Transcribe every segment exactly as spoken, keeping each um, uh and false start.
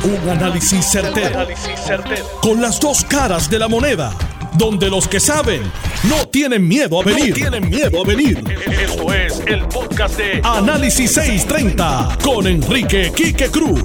Un análisis certero, con las dos caras de la moneda, donde los que saben no tienen miedo a venir. No tienen miedo a venir. Esto es el podcast de Análisis seiscientos treinta con Enrique Quique Cruz.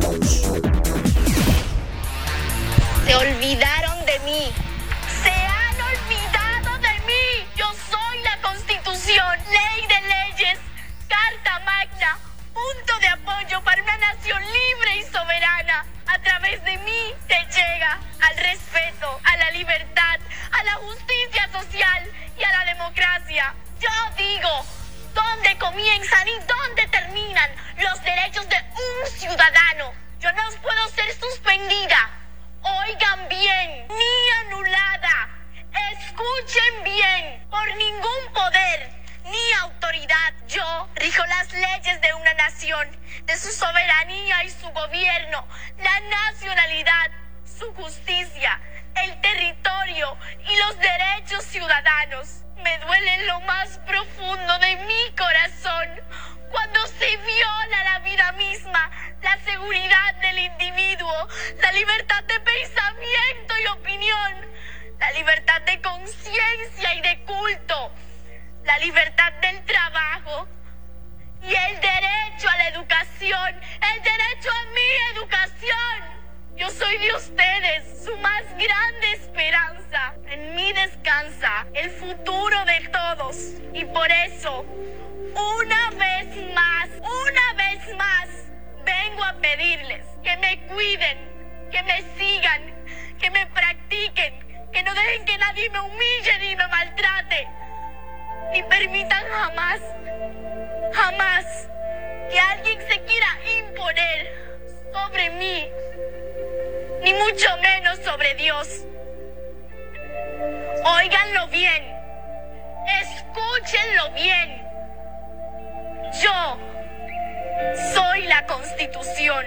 Se olvidaron de mí. Se han olvidado de mí. Yo soy la Constitución, ley de leyes, Carta Magna, punto de apoyo para una nación libre y soberana. A través de mí te llega al respeto, a la libertad, a la justicia social y a la democracia. Yo digo, ¿dónde comienzan y dónde terminan los derechos de un ciudadano? Yo no puedo ser suspendida, oigan bien, ni anulada. Escuchen bien, por ningún poder ni autoridad. Yo rijo las leyes de una nación, de su soberanía y su gobierno, la nacionalidad, su justicia, el territorio y los derechos ciudadanos. Me duele en lo más profundo de mi corazón cuando se viola la vida misma, la seguridad del individuo, la libertad de pensamiento y opinión, la libertad de conciencia y de culto, la libertad del trabajo y el derecho a la educación, el derecho a mi educación. Yo soy de ustedes, su más grande esperanza. En mí descansa el futuro de todos. Y por eso, una vez más, una vez más, vengo a pedirles que me cuiden, que me sigan, que me practiquen, que no dejen que nadie me humille ni me maltrate, ni permitan jamás, jamás que alguien se quiera imponer sobre mí, ni mucho menos sobre Dios. Óiganlo bien, escúchenlo bien. Yo soy la Constitución.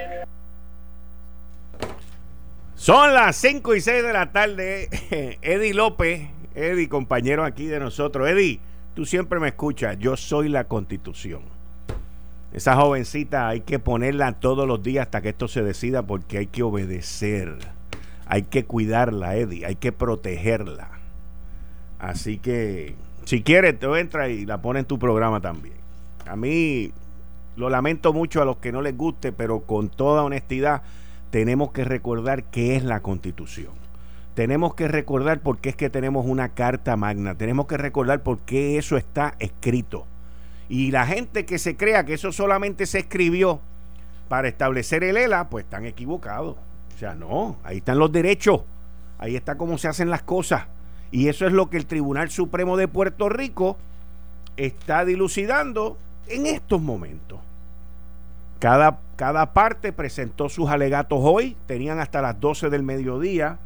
Son las cinco y seis de la tarde. Eddie López, Eddie, compañero aquí de nosotros. Eddie, tú siempre me escuchas. Yo soy la Constitución. Esa jovencita hay que ponerla todos los días hasta que esto se decida, porque hay que obedecer. Hay que cuidarla, Eddie. Hay que protegerla. Así que, si quieres, te entra y la pone en tu programa también. A mí, lo lamento mucho a los que no les guste, pero con toda honestidad, tenemos que recordar qué es la Constitución. Tenemos que recordar por qué es que tenemos una Carta Magna. Tenemos que recordar por qué eso está escrito. Y la gente que se crea que eso solamente se escribió para establecer el E L A, pues están equivocados. O sea, no, ahí están los derechos. Ahí está cómo se hacen las cosas. Y eso es lo que el Tribunal Supremo de Puerto Rico está dilucidando en estos momentos. Cada, cada parte presentó sus alegatos hoy. Tenían hasta las doce del mediodía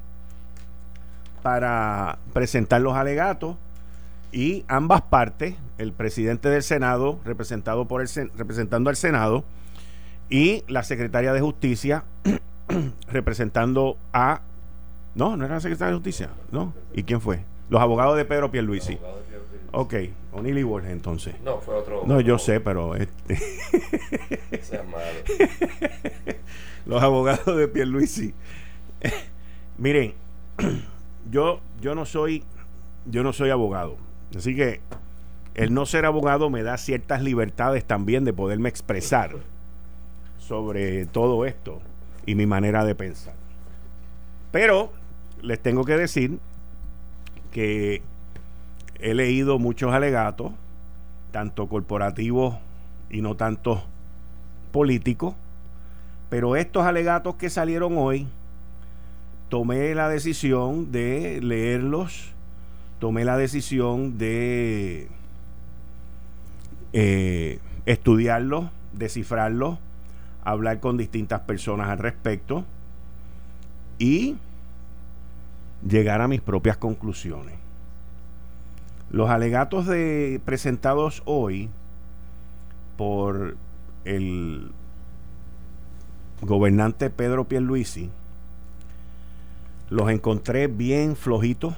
para presentar los alegatos. Y ambas partes, el presidente del Senado, representado por el, representando al Senado, y la secretaria de Justicia, representando a... No, no era la secretaria de Justicia, ¿no? ¿Y quién fue? Los abogados de Pedro Pierluisi. Ok, O'Neill y Borges, entonces. No, fue otro. No, yo sé, pero... Este sea malo. Los abogados de Pierluisi. Miren, yo, yo no soy... Yo no soy abogado. Así que el no ser abogado me da ciertas libertades también de poderme expresar sobre todo esto y mi manera de pensar. Pero les tengo que decir que he leído muchos alegatos, tanto corporativos y no tanto políticos, pero estos alegatos que salieron hoy, tomé la decisión de leerlos. Tomé la decisión de eh, estudiarlos, descifrarlos, hablar con distintas personas al respecto y llegar a mis propias conclusiones. Los alegatos de, presentados hoy por el gobernante Pedro Pierluisi, los encontré bien flojitos.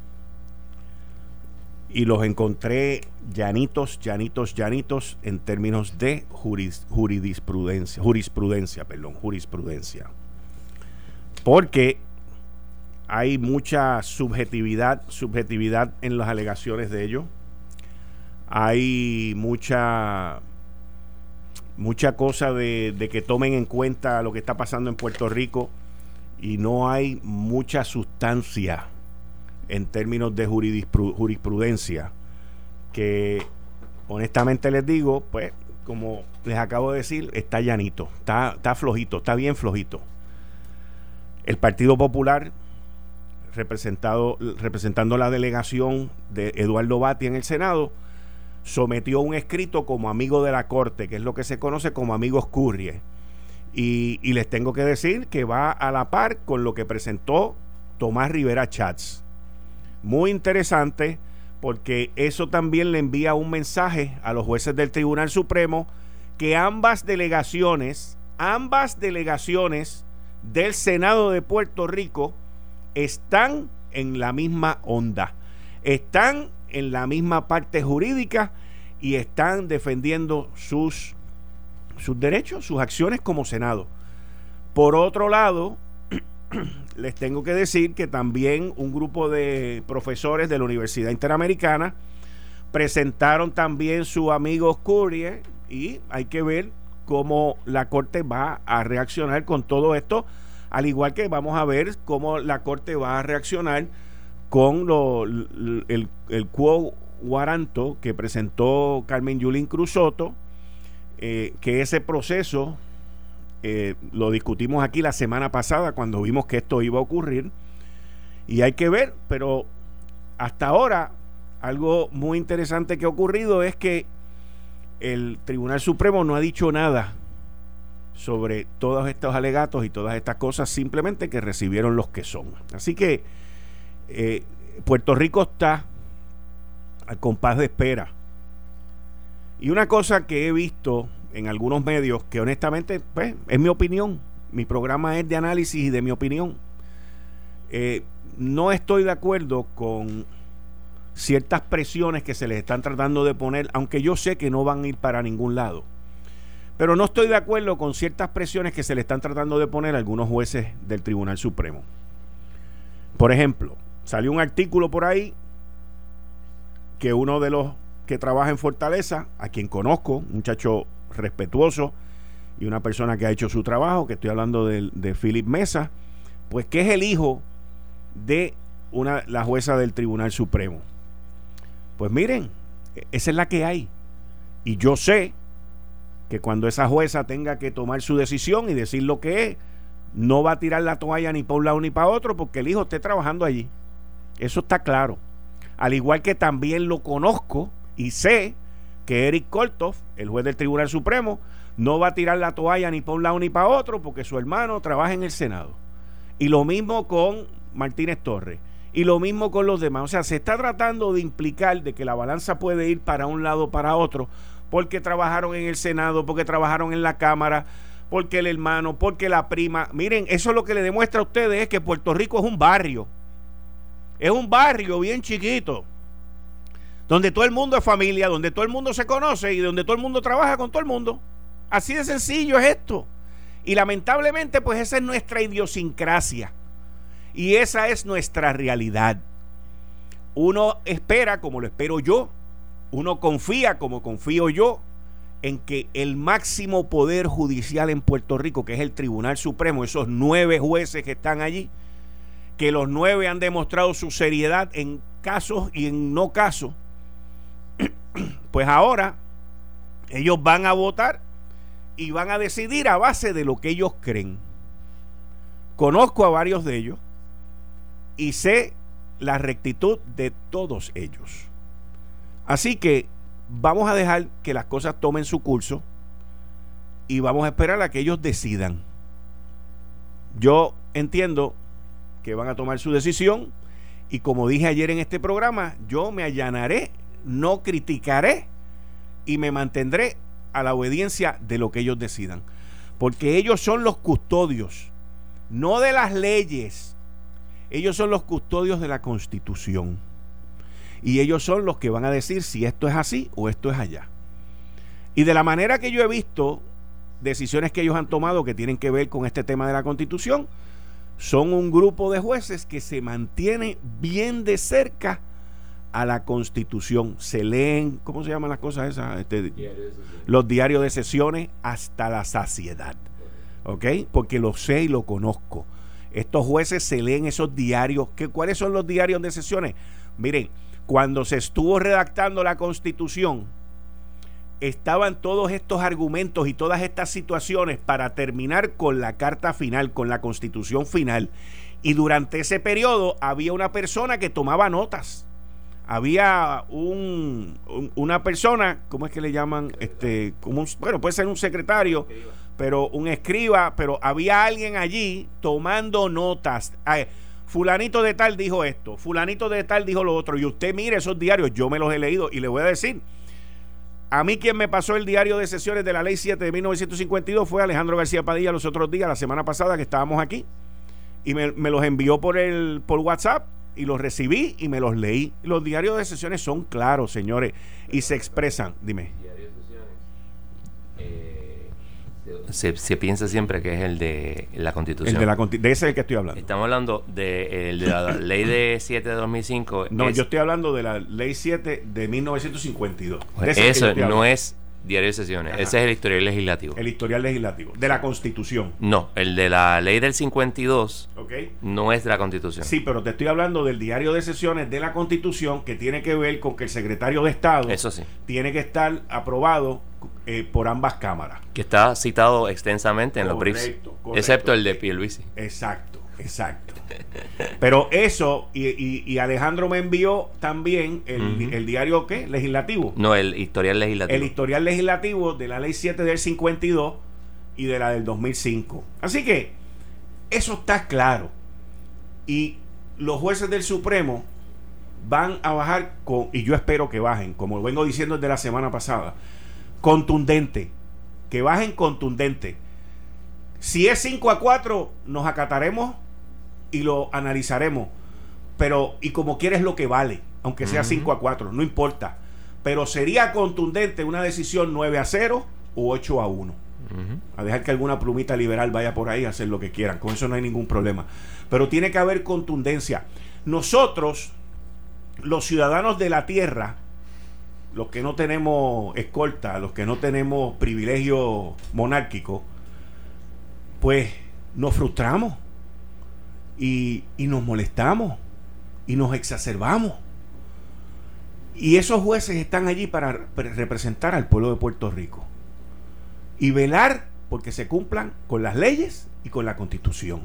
Y los encontré llanitos, llanitos, llanitos en términos de juris, jurisprudencia, jurisprudencia, perdón, jurisprudencia. porque hay mucha subjetividad, subjetividad en las alegaciones de ellos. Hay mucha mucha cosa de, de que tomen en cuenta lo que está pasando en Puerto Rico y no hay mucha sustancia en términos de jurisprudencia, que honestamente les digo, pues como les acabo de decir, está llanito, está, está flojito, está bien flojito. El Partido Popular, representado, representando la delegación de Eduardo Batia en el Senado, sometió un escrito como amigo de la Corte, que es lo que se conoce como amigo Scurrie, y, y les tengo que decir que va a la par con lo que presentó Tomás Rivera Chats. Muy interesante, porque eso también le envía un mensaje a los jueces del Tribunal Supremo que ambas delegaciones, ambas delegaciones del Senado de Puerto Rico están en la misma onda, están en la misma parte jurídica y están defendiendo sus, sus derechos, sus acciones como Senado. Por otro lado, les tengo que decir que también un grupo de profesores de la Universidad Interamericana presentaron también su amigo Scurrie, y hay que ver cómo la Corte va a reaccionar con todo esto, al igual que vamos a ver cómo la Corte va a reaccionar con lo, el, el quo warranto que presentó Carmen Yulín Cruz Soto, eh, que ese proceso Eh, lo discutimos aquí la semana pasada cuando vimos que esto iba a ocurrir, y hay que ver, pero hasta ahora algo muy interesante que ha ocurrido es que el Tribunal Supremo no ha dicho nada sobre todos estos alegatos y todas estas cosas, simplemente que recibieron los que son. Así que eh, Puerto Rico está al compás de espera. Y una cosa que he visto en algunos medios, que honestamente pues, es mi opinión, mi programa es de análisis y de mi opinión, eh, no estoy de acuerdo con ciertas presiones que se les están tratando de poner, aunque yo sé que no van a ir para ningún lado, pero no estoy de acuerdo con ciertas presiones que se le están tratando de poner a algunos jueces del Tribunal Supremo. Por ejemplo, salió un artículo por ahí que uno de los que trabaja en Fortaleza, a quien conozco, un muchacho respetuoso y una persona que ha hecho su trabajo, que estoy hablando de, de Philip Mesa, pues que es el hijo de una, la jueza del Tribunal Supremo. Pues miren, esa es la que hay, y yo sé que cuando esa jueza tenga que tomar su decisión y decir lo que es, no va a tirar la toalla ni para un lado ni para otro porque el hijo esté trabajando allí. Eso está claro. Al igual que también lo conozco y sé que Eric Korthoff, el juez del Tribunal Supremo, no va a tirar la toalla ni para un lado ni para otro porque su hermano trabaja en el Senado. Y lo mismo con Martínez Torres. Y lo mismo con los demás. O sea, se está tratando de implicar de que la balanza puede ir para un lado o para otro porque trabajaron en el Senado, porque trabajaron en la Cámara, porque el hermano, porque la prima. Miren, eso lo que le demuestra a ustedes es que Puerto Rico es un barrio. Es un barrio bien chiquito, donde todo el mundo es familia, donde todo el mundo se conoce y donde todo el mundo trabaja con todo el mundo. Así de sencillo es esto. Y lamentablemente, pues esa es nuestra idiosincrasia. Y esa es nuestra realidad. Uno espera, como lo espero yo, uno confía, como confío yo, en que el máximo poder judicial en Puerto Rico, que es el Tribunal Supremo, esos nueve jueces que están allí, que los nueve han demostrado su seriedad en casos y en no casos, pues ahora ellos van a votar y van a decidir a base de lo que ellos creen. Conozco a varios de ellos y sé la rectitud de todos ellos. Así que vamos a dejar que las cosas tomen su curso y vamos a esperar a que ellos decidan. Yo entiendo que van a tomar su decisión y, como dije ayer en este programa, yo me allanaré, no criticaré y me mantendré a la obediencia de lo que ellos decidan, porque ellos son los custodios, no de las leyes. Ellos son los custodios de la Constitución y ellos son los que van a decir si esto es así o esto es allá. Y de la manera que yo he visto decisiones que ellos han tomado que tienen que ver con este tema de la Constitución, son un grupo de jueces que se mantiene bien de cerca a la Constitución. Se leen, ¿cómo se llaman las cosas esas? Este, Diario los diarios de sesiones hasta la saciedad. ¿Ok? Porque lo sé y lo conozco. Estos jueces se leen esos diarios. ¿Qué, ¿Cuáles son los diarios de sesiones? Miren, cuando se estuvo redactando la Constitución, estaban todos estos argumentos y todas estas situaciones para terminar con la carta final, con la Constitución final. Y durante ese periodo había una persona que tomaba notas. Había un, un una persona, ¿cómo es que le llaman? Este, como un, bueno, puede ser un secretario, pero un escriba, pero había alguien allí tomando notas. Ay, fulanito de tal dijo esto, fulanito de tal dijo lo otro, y usted mire esos diarios, yo me los he leído y le voy a decir, a mí quien me pasó el diario de sesiones de la Ley siete de mil novecientos cincuenta y dos fue Alejandro García Padilla los otros días, la semana pasada que estábamos aquí, y me, me los envió por el por WhatsApp, y los recibí y me los leí. Los diarios de sesiones son claros, señores, y se expresan. Dime. Diario de sesiones, eh, se, se piensa siempre que es el de la Constitución. El de la de ese es el que estoy hablando. Estamos hablando de, el de la Ley de siete de dos mil cinco. No, es, yo estoy hablando de la Ley siete de mil novecientos cincuenta y dos. Pues eso no es Diario de sesiones. Ajá. Ese es el historial legislativo. El historial legislativo. De la Constitución. No, el de la Ley del cincuenta y dos. Okay. No es de la Constitución. Sí, pero te estoy hablando del diario de sesiones de la Constitución, que tiene que ver con que el secretario de Estado Eso sí. tiene que estar aprobado eh, por ambas cámaras. Que está citado extensamente en correcto, los briefs. Correcto. Excepto el de Pierluisi. Exacto, exacto. Pero eso, y, y, y Alejandro me envió también el, uh-huh. el diario, ¿qué? Legislativo. No, el historial legislativo. El historial legislativo de la Ley siete del cincuenta y dos y de la del dos mil cinco. Así que eso está claro. Y los jueces del Supremo van a bajar con, y yo espero que bajen, como lo vengo diciendo desde la semana pasada, contundente. Que bajen contundente. Si es cinco a cuatro, nos acataremos y lo analizaremos, pero y como quieres lo que vale, aunque sea uh-huh. cinco a cuatro, no importa, pero sería contundente una decisión nueve a cero u ocho a uno. Uh-huh. A dejar que alguna plumita liberal vaya por ahí a hacer lo que quieran, con eso no hay ningún problema, pero tiene que haber contundencia. Nosotros, los ciudadanos de la tierra, los que no tenemos escolta, los que no tenemos privilegio monárquico, pues nos frustramos Y, y nos molestamos y nos exacerbamos, y esos jueces están allí para representar al pueblo de Puerto Rico y velar porque se cumplan con las leyes y con la Constitución.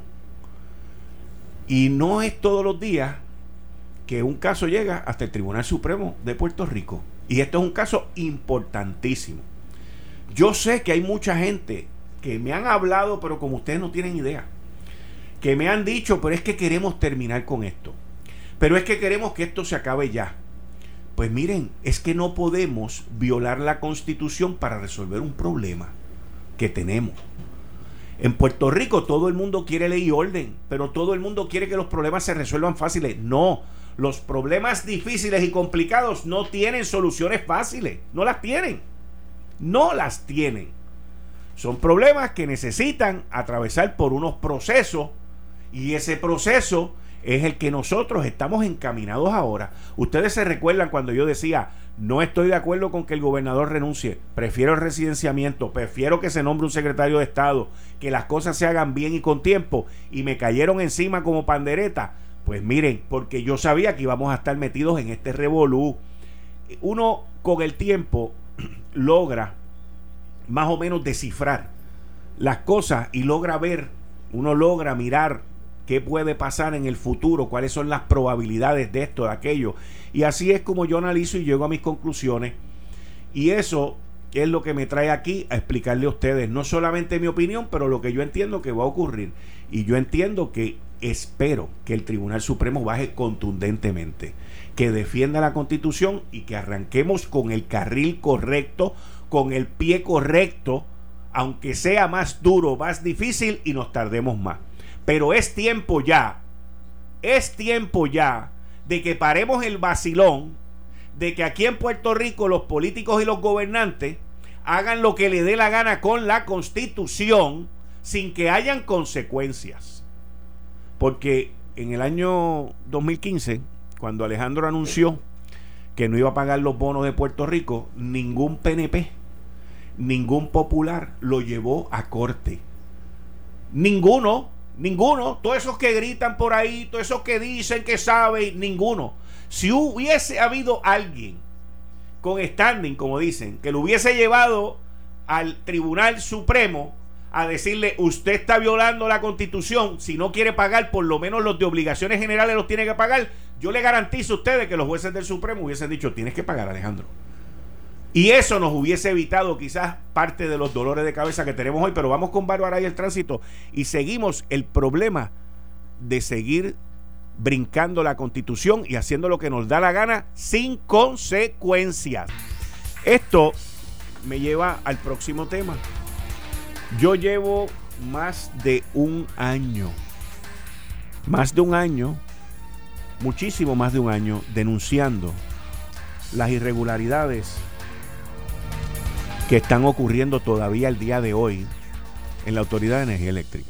Y no es todos los días que un caso llega hasta el Tribunal Supremo de Puerto Rico, y esto es un caso importantísimo. Yo sé que hay mucha gente que me han hablado, pero como ustedes no tienen idea, que me han dicho, pero es que queremos terminar con esto, pero es que queremos que esto se acabe ya. Pues miren, es que no podemos violar la Constitución para resolver un problema que tenemos. En Puerto Rico todo el mundo quiere ley y orden, pero todo el mundo quiere que los problemas se resuelvan fáciles. No, los problemas difíciles y complicados no tienen soluciones fáciles, no las tienen, no las tienen. Son problemas que necesitan atravesar por unos procesos, y ese proceso es el que nosotros estamos encaminados ahora. Ustedes se recuerdan cuando yo decía, no estoy de acuerdo con que el gobernador renuncie, prefiero el residenciamiento, prefiero que se nombre un secretario de Estado, que las cosas se hagan bien y con tiempo, y me cayeron encima como pandereta. Pues miren, porque yo sabía que íbamos a estar metidos en este revolú. Uno con el tiempo logra más o menos descifrar las cosas y logra ver, uno logra mirar qué puede pasar en el futuro, cuáles son las probabilidades de esto, de aquello, y así es como yo analizo y llego a mis conclusiones, y eso es lo que me trae aquí a explicarle a ustedes, no solamente mi opinión, pero lo que yo entiendo que va a ocurrir, y yo entiendo que espero que el Tribunal Supremo baje contundentemente, que defienda la Constitución y que arranquemos con el carril correcto, con el pie correcto, aunque sea más duro, más difícil y nos tardemos más. Pero es tiempo ya, es tiempo ya de que paremos el vacilón, de que aquí en Puerto Rico los políticos y los gobernantes hagan lo que le dé la gana con la Constitución sin que hayan consecuencias. Porque en el año dos mil quince, cuando Alejandro anunció que no iba a pagar los bonos de Puerto Rico, ningún P N P, ningún popular lo llevó a corte. Ninguno, ninguno. Todos esos que gritan por ahí, todos esos que dicen que saben, ninguno. Si hubiese habido alguien con standing, como dicen, que lo hubiese llevado al Tribunal Supremo a decirle: usted está violando la Constitución, si no quiere pagar, por lo menos los de obligaciones generales los tiene que pagar, yo le garantizo a ustedes que los jueces del Supremo hubiesen dicho: tienes que pagar, Alejandro. Y eso nos hubiese evitado quizás parte de los dolores de cabeza que tenemos hoy. Pero vamos con Bárbara y el tránsito y seguimos el problema de seguir brincando la Constitución y haciendo lo que nos da la gana sin consecuencias. Esto me lleva al próximo tema. Yo llevo más de un año, más de un año, muchísimo más de un año, denunciando las irregularidades que están ocurriendo todavía el día de hoy en la Autoridad de Energía Eléctrica.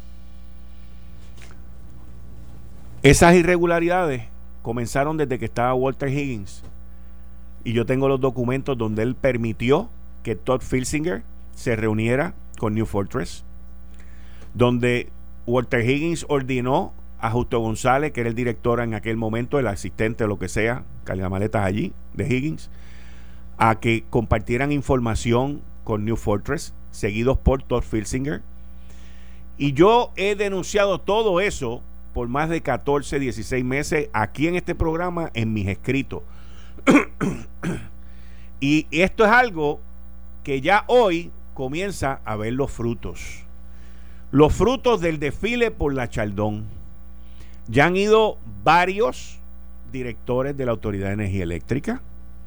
Esas irregularidades comenzaron desde que estaba Walter Higgins, y yo tengo los documentos donde él permitió que Todd Filsinger se reuniera con New Fortress, donde Walter Higgins ordenó a Justo González, que era el director en aquel momento, el asistente o lo que sea, cargamaletas allí de Higgins, a que compartieran información con New Fortress, seguidos por Todd Filsinger. Y yo he denunciado todo eso por más de catorce, dieciséis meses aquí en este programa, en mis escritos. Y esto es algo que ya hoy comienza a ver los frutos. Los frutos del desfile por la Chaldón. Ya han ido varios directores de la Autoridad de Energía Eléctrica.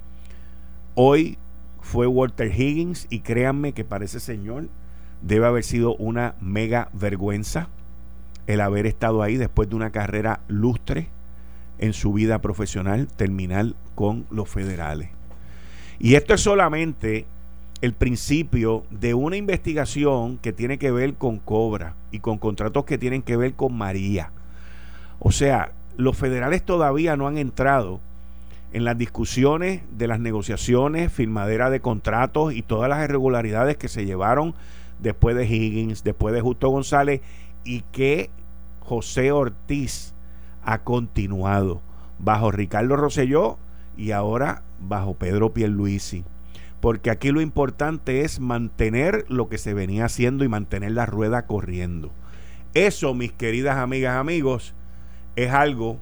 Hoy fue Walter Higgins, y créanme que para ese señor debe haber sido una mega vergüenza el haber estado ahí después de una carrera lustre en su vida profesional, terminar con los federales. Y esto es solamente el principio de una investigación que tiene que ver con Cobra y con contratos que tienen que ver con María. O sea, los federales todavía no han entrado en las discusiones de las negociaciones, firmadera de contratos y todas las irregularidades que se llevaron después de Higgins, después de Justo González, y que José Ortiz ha continuado bajo Ricardo Rosselló y ahora bajo Pedro Pierluisi. Porque aquí lo importante es mantener lo que se venía haciendo y mantener la rueda corriendo. Eso, mis queridas amigas, amigos, es algo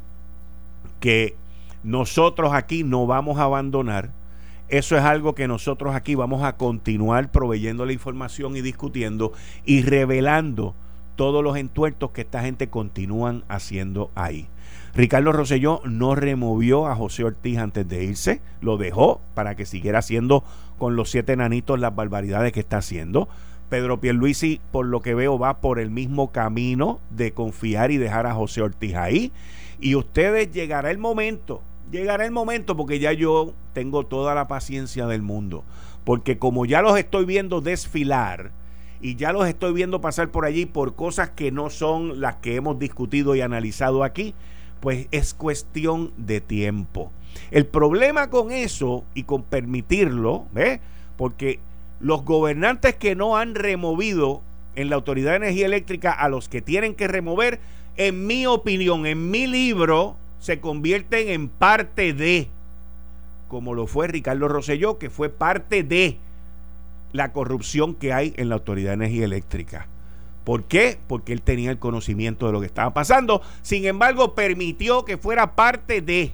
que nosotros aquí no vamos a abandonar. Eso es algo que nosotros aquí vamos a continuar proveyendo la información y discutiendo y revelando todos los entuertos que esta gente continúan haciendo ahí. Ricardo Rosselló no removió a José Ortiz antes de irse, lo dejó para que siguiera haciendo con los siete enanitos las barbaridades que está haciendo. Pedro Pierluisi, por lo que veo, va por el mismo camino de confiar y dejar a José Ortiz ahí. Y ustedes, llegará el momento, llegará el momento, porque ya yo tengo toda la paciencia del mundo, porque como ya los estoy viendo desfilar y ya los estoy viendo pasar por allí por cosas que no son las que hemos discutido y analizado aquí, pues es cuestión de tiempo. El problema con eso y con permitirlo, ¿eh? porque los gobernantes que no han removido en la Autoridad de Energía Eléctrica a los que tienen que remover, en mi opinión, en mi libro, se convierten en parte de, como lo fue Ricardo Rosselló, que fue parte de la corrupción que hay en la Autoridad de Energía Eléctrica. ¿Por qué? Porque él tenía el conocimiento de lo que estaba pasando. Sin embargo, permitió que fuera parte de.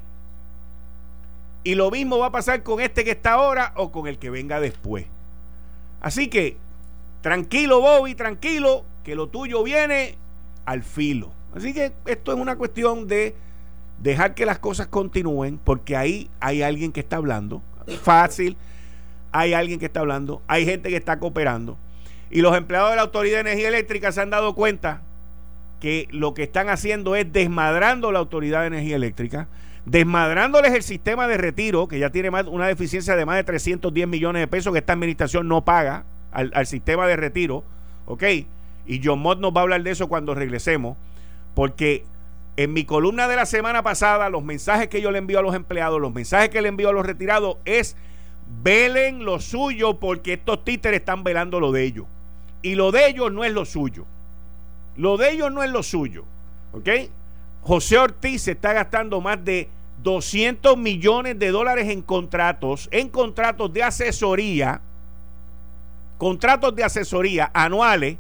Y lo mismo va a pasar con este que está ahora o con el que venga después. Así que, tranquilo, Bobby, tranquilo, que lo tuyo viene al filo. Así que esto es una cuestión de dejar que las cosas continúen, porque ahí hay alguien que está hablando. Fácil. Hay alguien que está hablando. Hay gente que está cooperando. Y los empleados de la Autoridad de Energía Eléctrica se han dado cuenta que lo que están haciendo es desmadrando la Autoridad de Energía Eléctrica, desmadrándoles el sistema de retiro, que ya tiene más, una deficiencia de más de trescientos diez millones de pesos que esta administración no paga al, al sistema de retiro, ¿ok? Y John Mott nos va a hablar de eso cuando regresemos, porque en mi columna de la semana pasada, los mensajes que yo le envío a los empleados, los mensajes que le envío a los retirados es: velen lo suyo, porque estos títeres están velando lo de ellos, y lo de ellos no es lo suyo, lo de ellos no es lo suyo, ¿ok? José Ortiz se está gastando más de doscientos millones de dólares en contratos, en contratos de asesoría, contratos de asesoría anuales,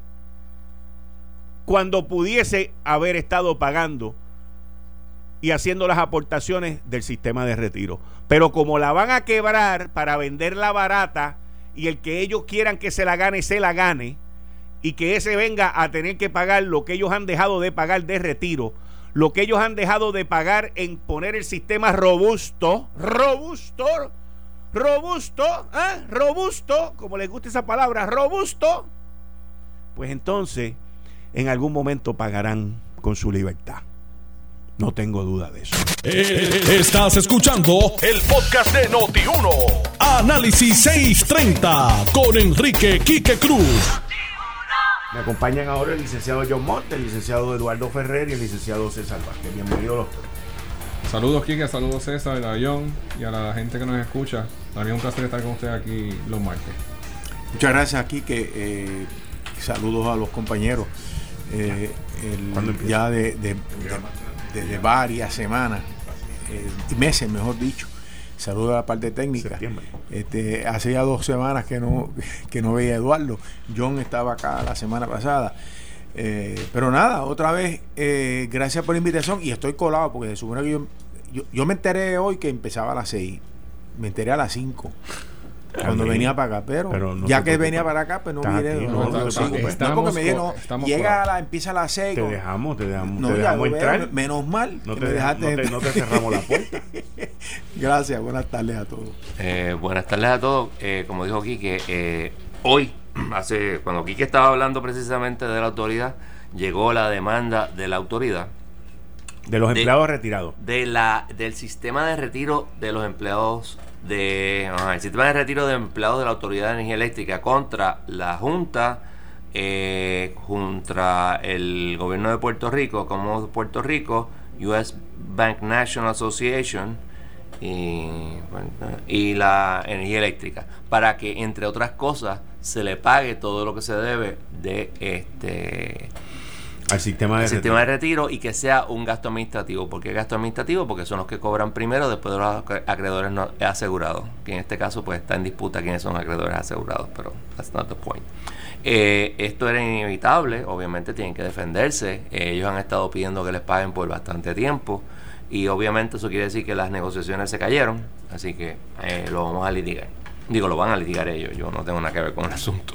cuando pudiese haber estado pagando y haciendo las aportaciones del sistema de retiro. Pero como la van a quebrar para venderla barata, y el que ellos quieran que se la gane, se la gane, y que ese venga a tener que pagar lo que ellos han dejado de pagar de retiro, lo que ellos han dejado de pagar en poner el sistema robusto, robusto, robusto, ¿eh? robusto, como les gusta esa palabra, robusto, pues entonces en algún momento pagarán con su libertad. No tengo duda de eso. Eh, estás escuchando el podcast de Noti uno. Análisis seiscientos treinta con Enrique Quique Cruz. Me acompañan ahora el licenciado John Monte, el licenciado Eduardo Ferrer y el licenciado César Vázquez. Bienvenidos los tres. Saludos, Quique, saludos, César, a John y a la gente que nos escucha. También es un placer estar con usted aquí los martes. Muchas gracias, Quique. Eh, saludos a los compañeros. Eh, el, ya de, de, de, de varias semanas, eh, meses, mejor dicho. Saludos a la parte técnica. Este, hace ya dos semanas que no, que no veía a Eduardo. John estaba acá la semana pasada. Eh, pero nada, otra vez, eh, gracias por la invitación. Y estoy colado porque se supone que yo, yo, yo me enteré hoy que empezaba a las seis. Me enteré a las cinco. Cuando venía para acá, pero, pero no ya que venía para acá, pues no miré. No, no, no, no porque me dijeron, llega a la, empieza a las seis. Te dejamos, te dejamos, no, te dejamos ya, entrar. Veo, menos mal. No te, me dejaste no, te, no te cerramos la puerta. Gracias, buenas tardes a todos. Eh, buenas tardes a todos. Eh, como dijo Quique, eh, hoy, hace cuando Quique estaba hablando precisamente de la autoridad, llegó la demanda de la autoridad. De los empleados de, retirados. De la, del sistema de retiro de los empleados de uh, el sistema de retiro de empleados de la Autoridad de Energía Eléctrica contra la Junta, eh, contra el gobierno de Puerto Rico, como Puerto Rico, U S Bank National Association y, y la energía eléctrica, para que entre otras cosas se le pague todo lo que se debe de este al sistema de, sistema de retiro, y que sea un gasto administrativo. ¿Por qué gasto administrativo? Porque son los que cobran primero después de los acreedores no asegurados, que en este caso pues está en disputa quiénes son acreedores asegurados, pero that's not the point. Eh, esto era inevitable, obviamente tienen que defenderse. Eh, ellos han estado pidiendo que les paguen por bastante tiempo, y obviamente eso quiere decir que las negociaciones se cayeron, así que eh, lo vamos a litigar. Digo, lo van a litigar ellos, yo no tengo nada que ver con el asunto.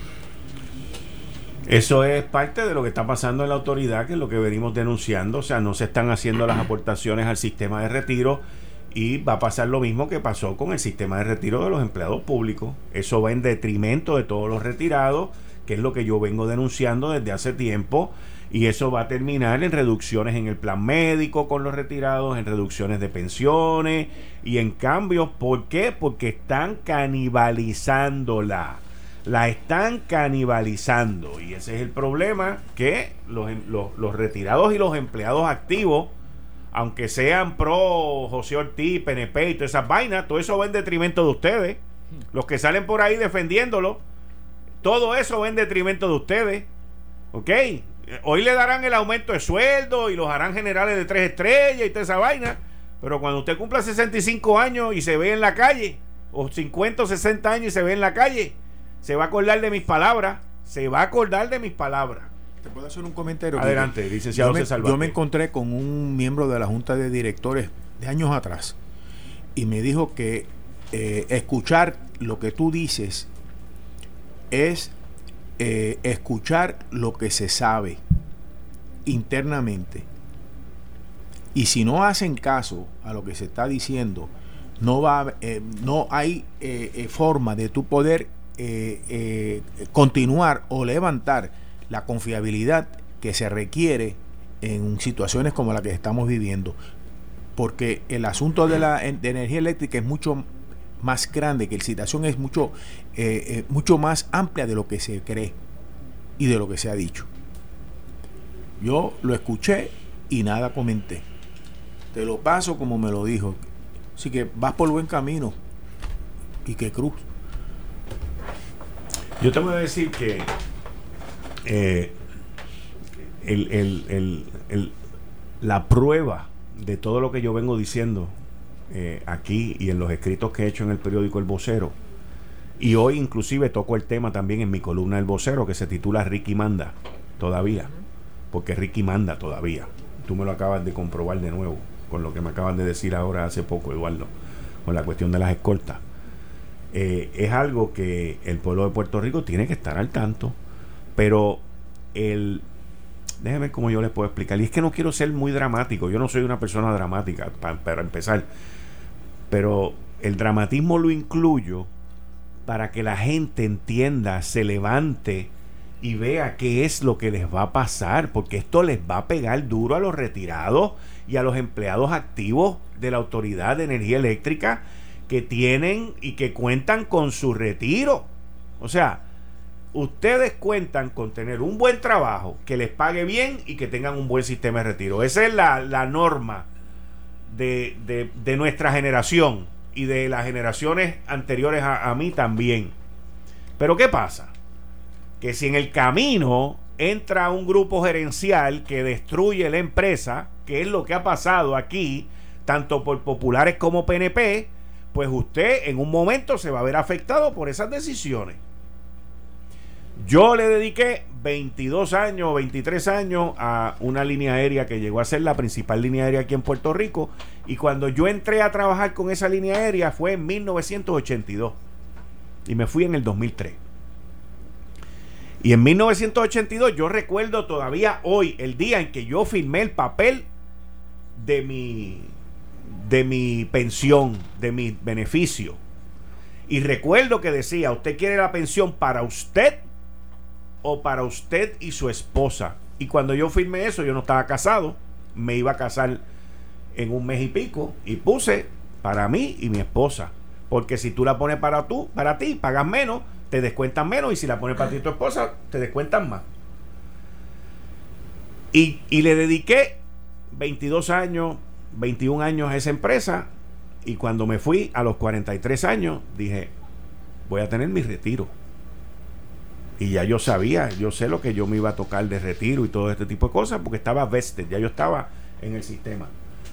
Eso es parte de lo que está pasando en la autoridad, que es lo que venimos denunciando. O sea, no se están haciendo las aportaciones al sistema de retiro, y va a pasar lo mismo que pasó con el sistema de retiro de los empleados públicos. Eso va en detrimento de todos los retirados, que es lo que yo vengo denunciando desde hace tiempo, y eso va a terminar en reducciones en el plan médico con los retirados, en reducciones de pensiones y en cambios. ¿Por qué? Porque están canibalizándola. La están canibalizando, y ese es el problema, que los, los, los retirados y los empleados activos, aunque sean pro José Ortiz, P N P y todas esas vainas, todo eso va en detrimento de ustedes. Los que salen por ahí defendiéndolo, todo eso va en detrimento de ustedes. ¿Ok? Hoy le darán el aumento de sueldo y los harán generales de tres estrellas y toda esa vaina, pero cuando usted cumpla sesenta y cinco años y se ve en la calle, o cincuenta o sesenta años y se ve en la calle, se va a acordar de mis palabras, se va a acordar de mis palabras. ¿Te puedo hacer un comentario? Adelante, licenciado yo me, César Vázquez. Yo me encontré con un miembro de la Junta de Directores de años atrás, y me dijo que eh, escuchar lo que tú dices es eh, escuchar lo que se sabe internamente. Y si no hacen caso a lo que se está diciendo, no va eh, no hay eh, eh, forma de tu poder Eh, eh, continuar o levantar la confiabilidad que se requiere en situaciones como la que estamos viviendo, porque el asunto de la de energía eléctrica es mucho más grande, que la situación es mucho eh, eh, mucho más amplia de lo que se cree y de lo que se ha dicho. Yo lo escuché y nada comenté. Te lo paso como me lo dijo. Así que vas por buen camino. Y que cruz. Yo te voy a decir que eh, el, el, el, el, la prueba de todo lo que yo vengo diciendo eh, aquí y en los escritos que he hecho en el periódico El Vocero, y hoy inclusive toco el tema también en mi columna El Vocero, que se titula Ricky manda todavía, porque Ricky manda todavía. Tú me lo acabas de comprobar de nuevo con lo que me acaban de decir ahora hace poco, Eduardo, con la cuestión de las escoltas. Eh, es algo que el pueblo de Puerto Rico tiene que estar al tanto, pero el déjeme ver cómo yo les puedo explicar, y es que no quiero ser muy dramático, yo no soy una persona dramática para, para empezar, pero el dramatismo lo incluyo para que la gente entienda, se levante y vea qué es lo que les va a pasar, porque esto les va a pegar duro a los retirados y a los empleados activos de la Autoridad de Energía Eléctrica que tienen y que cuentan con su retiro. O sea, ustedes cuentan con tener un buen trabajo, que les pague bien y que tengan un buen sistema de retiro. Esa es la, la norma de, de, de nuestra generación y de las generaciones anteriores a, a mí también. Pero ¿qué pasa? Que si en el camino entra un grupo gerencial que destruye la empresa, que es lo que ha pasado aquí, tanto por populares como P N P, pues usted en un momento se va a ver afectado por esas decisiones. Yo le dediqué veintidós años, veintitrés años a una línea aérea que llegó a ser la principal línea aérea aquí en Puerto Rico, y cuando yo entré a trabajar con esa línea aérea fue en mil novecientos ochenta y dos y me fui en el dos mil tres. Y en mil novecientos ochenta y dos yo recuerdo todavía hoy el día en que yo firmé el papel de mi de mi pensión, de mi beneficio, y recuerdo que decía: ¿usted quiere la pensión para usted o para usted y su esposa? Y cuando yo firmé eso, yo no estaba casado, me iba a casar en un mes y pico, y puse para mí y mi esposa, porque si tú la pones para tú, para ti, pagas menos, te descuentan menos, y si la pones para ti y tu esposa, te descuentan más. Y, y le dediqué veintidós años, veintiún años a esa empresa, y cuando me fui a los cuarenta y tres años dije: voy a tener mi retiro. Y ya yo sabía, yo sé lo que yo me iba a tocar de retiro y todo este tipo de cosas, porque estaba vested, ya yo estaba en el sistema.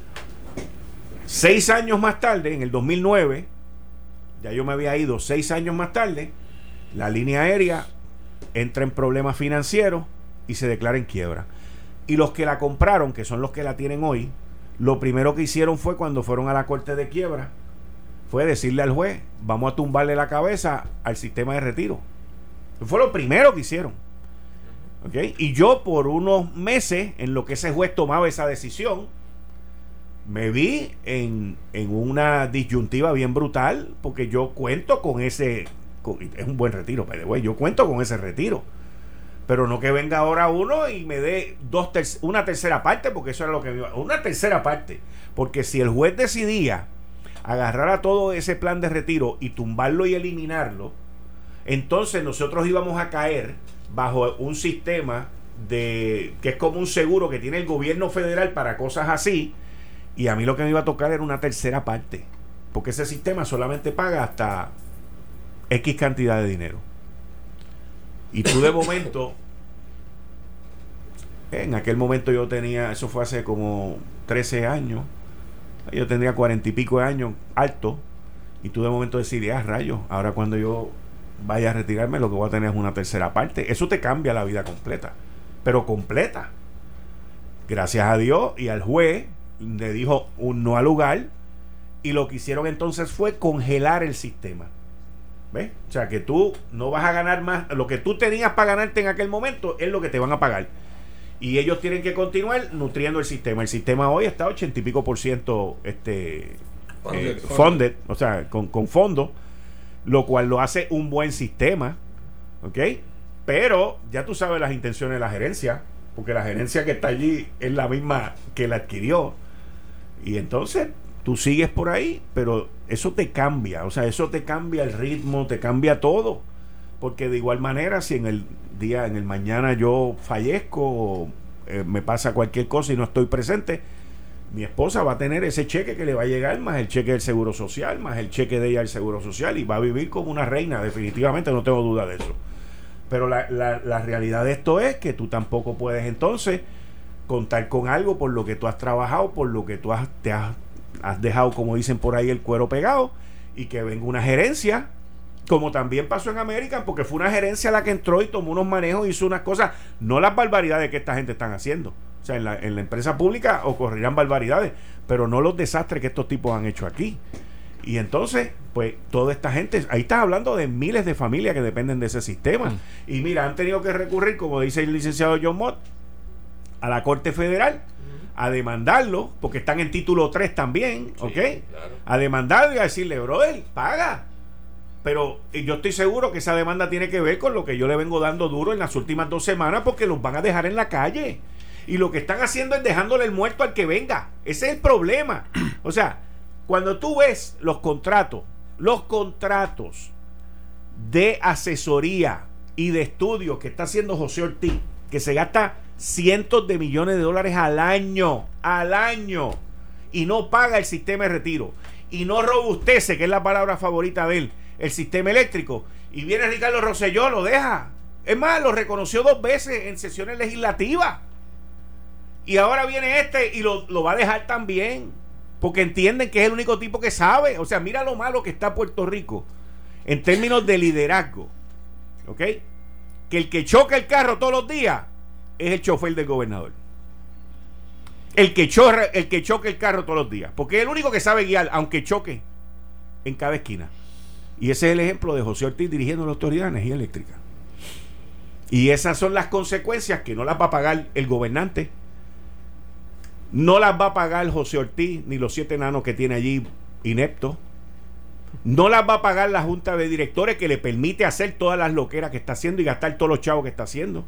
Seis años más tarde, en el dos mil nueve, ya yo me había ido. Seis años más tarde, la línea aérea entra en problemas financieros y se declara en quiebra. Y los que la compraron, que son los que la tienen hoy, lo primero que hicieron fue, cuando fueron a la corte de quiebra, fue decirle al juez: vamos a tumbarle la cabeza al sistema de retiro. Fue lo primero que hicieron. ¿Okay? Y yo, por unos meses, en lo que ese juez tomaba esa decisión, me vi en, en una disyuntiva bien brutal, porque yo cuento con ese, con, es un buen retiro, by the way, yo cuento con ese retiro, pero no que venga ahora uno y me dé dos ter- una tercera parte, porque eso era lo que me iba, una tercera parte, porque si el juez decidía agarrar a todo ese plan de retiro y tumbarlo y eliminarlo, entonces nosotros íbamos a caer bajo un sistema de que es como un seguro que tiene el gobierno federal para cosas así, y a mí lo que me iba a tocar era una tercera parte, porque ese sistema solamente paga hasta X cantidad de dinero. Y tú de momento, en aquel momento yo tenía, eso fue hace como trece años, yo tendría cuarenta y pico de años, alto, y tú de momento decidías: ah, rayos, ahora cuando yo vaya a retirarme, lo que voy a tener es una tercera parte. Eso te cambia la vida completa, pero completa. Gracias a Dios y al juez le dijo un no al lugar, y lo que hicieron entonces fue congelar el sistema. ¿Ves? O sea que tú no vas a ganar más, lo que tú tenías para ganarte en aquel momento es lo que te van a pagar, y ellos tienen que continuar nutriendo el sistema. El sistema hoy está ochenta y pico por ciento este funded, eh, funded, o sea, con, con fondos, lo cual lo hace un buen sistema, ¿ok? Pero ya tú sabes las intenciones de la gerencia, porque la gerencia que está allí es la misma que la adquirió, y entonces tú sigues por ahí, pero eso te cambia, o sea, eso te cambia el ritmo, te cambia todo, porque de igual manera, si en el día, en el mañana yo fallezco, eh, me pasa cualquier cosa y no estoy presente, mi esposa va a tener ese cheque que le va a llegar, más el cheque del Seguro Social, más el cheque de ella del Seguro Social, y va a vivir como una reina, definitivamente, no tengo duda de eso. Pero la, la, la realidad de esto es que tú tampoco puedes entonces contar con algo por lo que tú has trabajado, por lo que tú has, te has, has dejado, como dicen por ahí, el cuero pegado, y que venga una gerencia, como también pasó en América, porque fue una gerencia la que entró y tomó unos manejos, hizo unas cosas, no las barbaridades que esta gente están haciendo. O sea, en la, en la empresa pública ocurrirán barbaridades, pero no los desastres que estos tipos han hecho aquí. Y entonces, pues, toda esta gente, ahí estás hablando de miles de familias que dependen de ese sistema. Mm. Y mira, han tenido que recurrir, como dice el licenciado John Mott, a la Corte Federal mm. a demandarlo, porque están en título tres también, sí, ¿ok? Claro. A demandarlo y a decirle, brother, paga. Pero yo estoy seguro que esa demanda tiene que ver con lo que yo le vengo dando duro en las últimas dos semanas, porque los van a dejar en la calle. Y lo que están haciendo es dejándole el muerto al que venga. Ese es el problema. O sea, cuando tú ves los contratos, los contratos de asesoría y de estudio que está haciendo José Ortiz, que se gasta cientos de millones de dólares al año, al año, y no paga el sistema de retiro, y no robustece, que es la palabra favorita de él, el sistema eléctrico, y viene Ricardo Rosselló, lo deja. Es más, lo reconoció dos veces en sesiones legislativas. Y ahora viene este y lo, lo va a dejar también, porque entienden que es el único tipo que sabe. O sea, mira lo malo que está Puerto Rico en términos de liderazgo, ¿ok? Que el que choca el carro todos los días es el chofer del gobernador. El que, chorra, el que choque el carro todos los días, porque es el único que sabe guiar, aunque choque en cada esquina. Y ese es el ejemplo de José Ortiz dirigiendo la Autoridad de Energía Eléctrica. Y esas son las consecuencias que no las va a pagar el gobernante, no las va a pagar José Ortiz ni los siete enanos que tiene allí ineptos, no las va a pagar la junta de directores que le permite hacer todas las loqueras que está haciendo y gastar todos los chavos que está haciendo,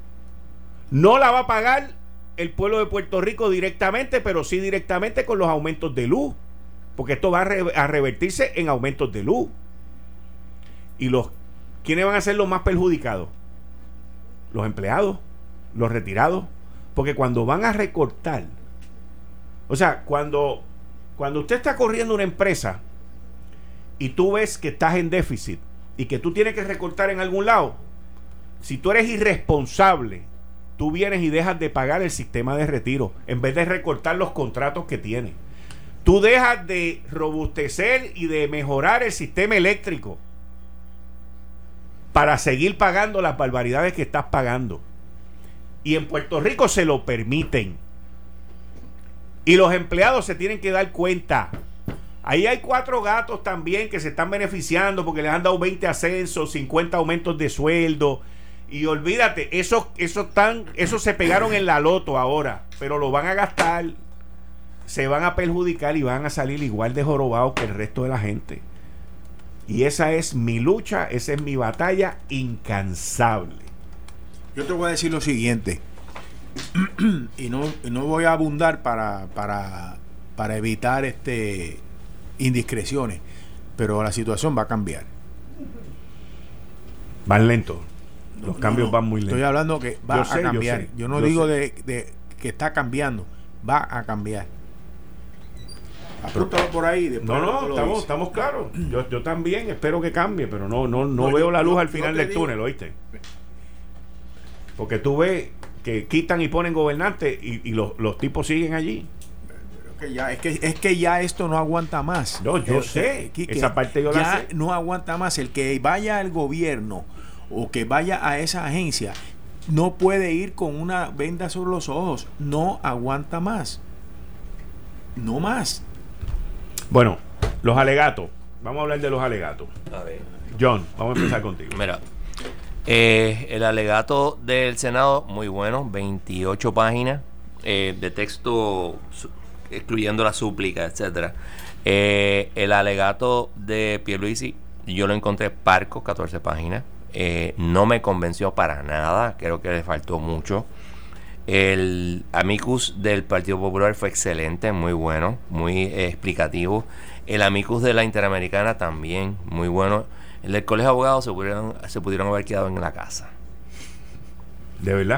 no la va a pagar el pueblo de Puerto Rico directamente, pero sí directamente con los aumentos de luz, porque esto va a, re- a revertirse en aumentos de luz. Y los ¿quiénes van a ser los más perjudicados? Los empleados, los retirados, porque cuando van a recortar, o sea, cuando, cuando usted está corriendo una empresa y tú ves que estás en déficit y que tú tienes que recortar en algún lado, si tú eres irresponsable, tú vienes y dejas de pagar el sistema de retiro en vez de recortar los contratos que tienes. Tú dejas de robustecer y de mejorar el sistema eléctrico para seguir pagando las barbaridades que estás pagando. Y en Puerto Rico se lo permiten. Y los empleados se tienen que dar cuenta. Ahí hay cuatro gatos también que se están beneficiando porque les han dado veinte ascensos, cincuenta aumentos de sueldo. Y olvídate, esos, esos, tan, esos se pegaron en la loto ahora, pero lo van a gastar, se van a perjudicar y van a salir igual de jorobados que el resto de la gente. Y esa es mi lucha, esa es mi batalla incansable. Yo te voy a decir lo siguiente, y no, y no voy a abundar para, para, para evitar este indiscreciones, pero la situación va a cambiar. Van lento. Los no, cambios no, van muy lentos. Estoy hablando que va yo a sé, cambiar. Yo, sé, yo no yo digo sé. de, de que está cambiando, va a cambiar. Apúntalo por ahí. No, no, estamos, estamos claros. Yo, yo también espero que cambie, pero no, no, no, no veo yo, la luz yo, al final del digo. túnel, ¿oíste? Porque tú ves que quitan y ponen gobernantes y, y los, los tipos siguen allí. Que ya, es, que, es que ya esto no aguanta más. No, yo eh, sé. Que, esa parte yo ya la sé. No aguanta más. El que vaya al gobierno o que vaya a esa agencia no puede ir con una venda sobre los ojos. No aguanta más. No más. Bueno, los alegatos. Vamos a hablar de los alegatos. A ver. John, vamos a empezar contigo. Mira, eh, el alegato del Senado, muy bueno, veintiocho páginas eh, de texto, excluyendo la súplica, etcétera. Eh, el alegato de Pierluisi, yo lo encontré parco, catorce páginas. Eh, no me convenció para nada, creo que le faltó mucho. El amicus del Partido Popular fue excelente, muy bueno, muy eh, explicativo. El amicus de la Interamericana también, muy bueno. El del Colegio de Abogados se pudieron, se pudieron haber quedado en la casa. ¿De verdad?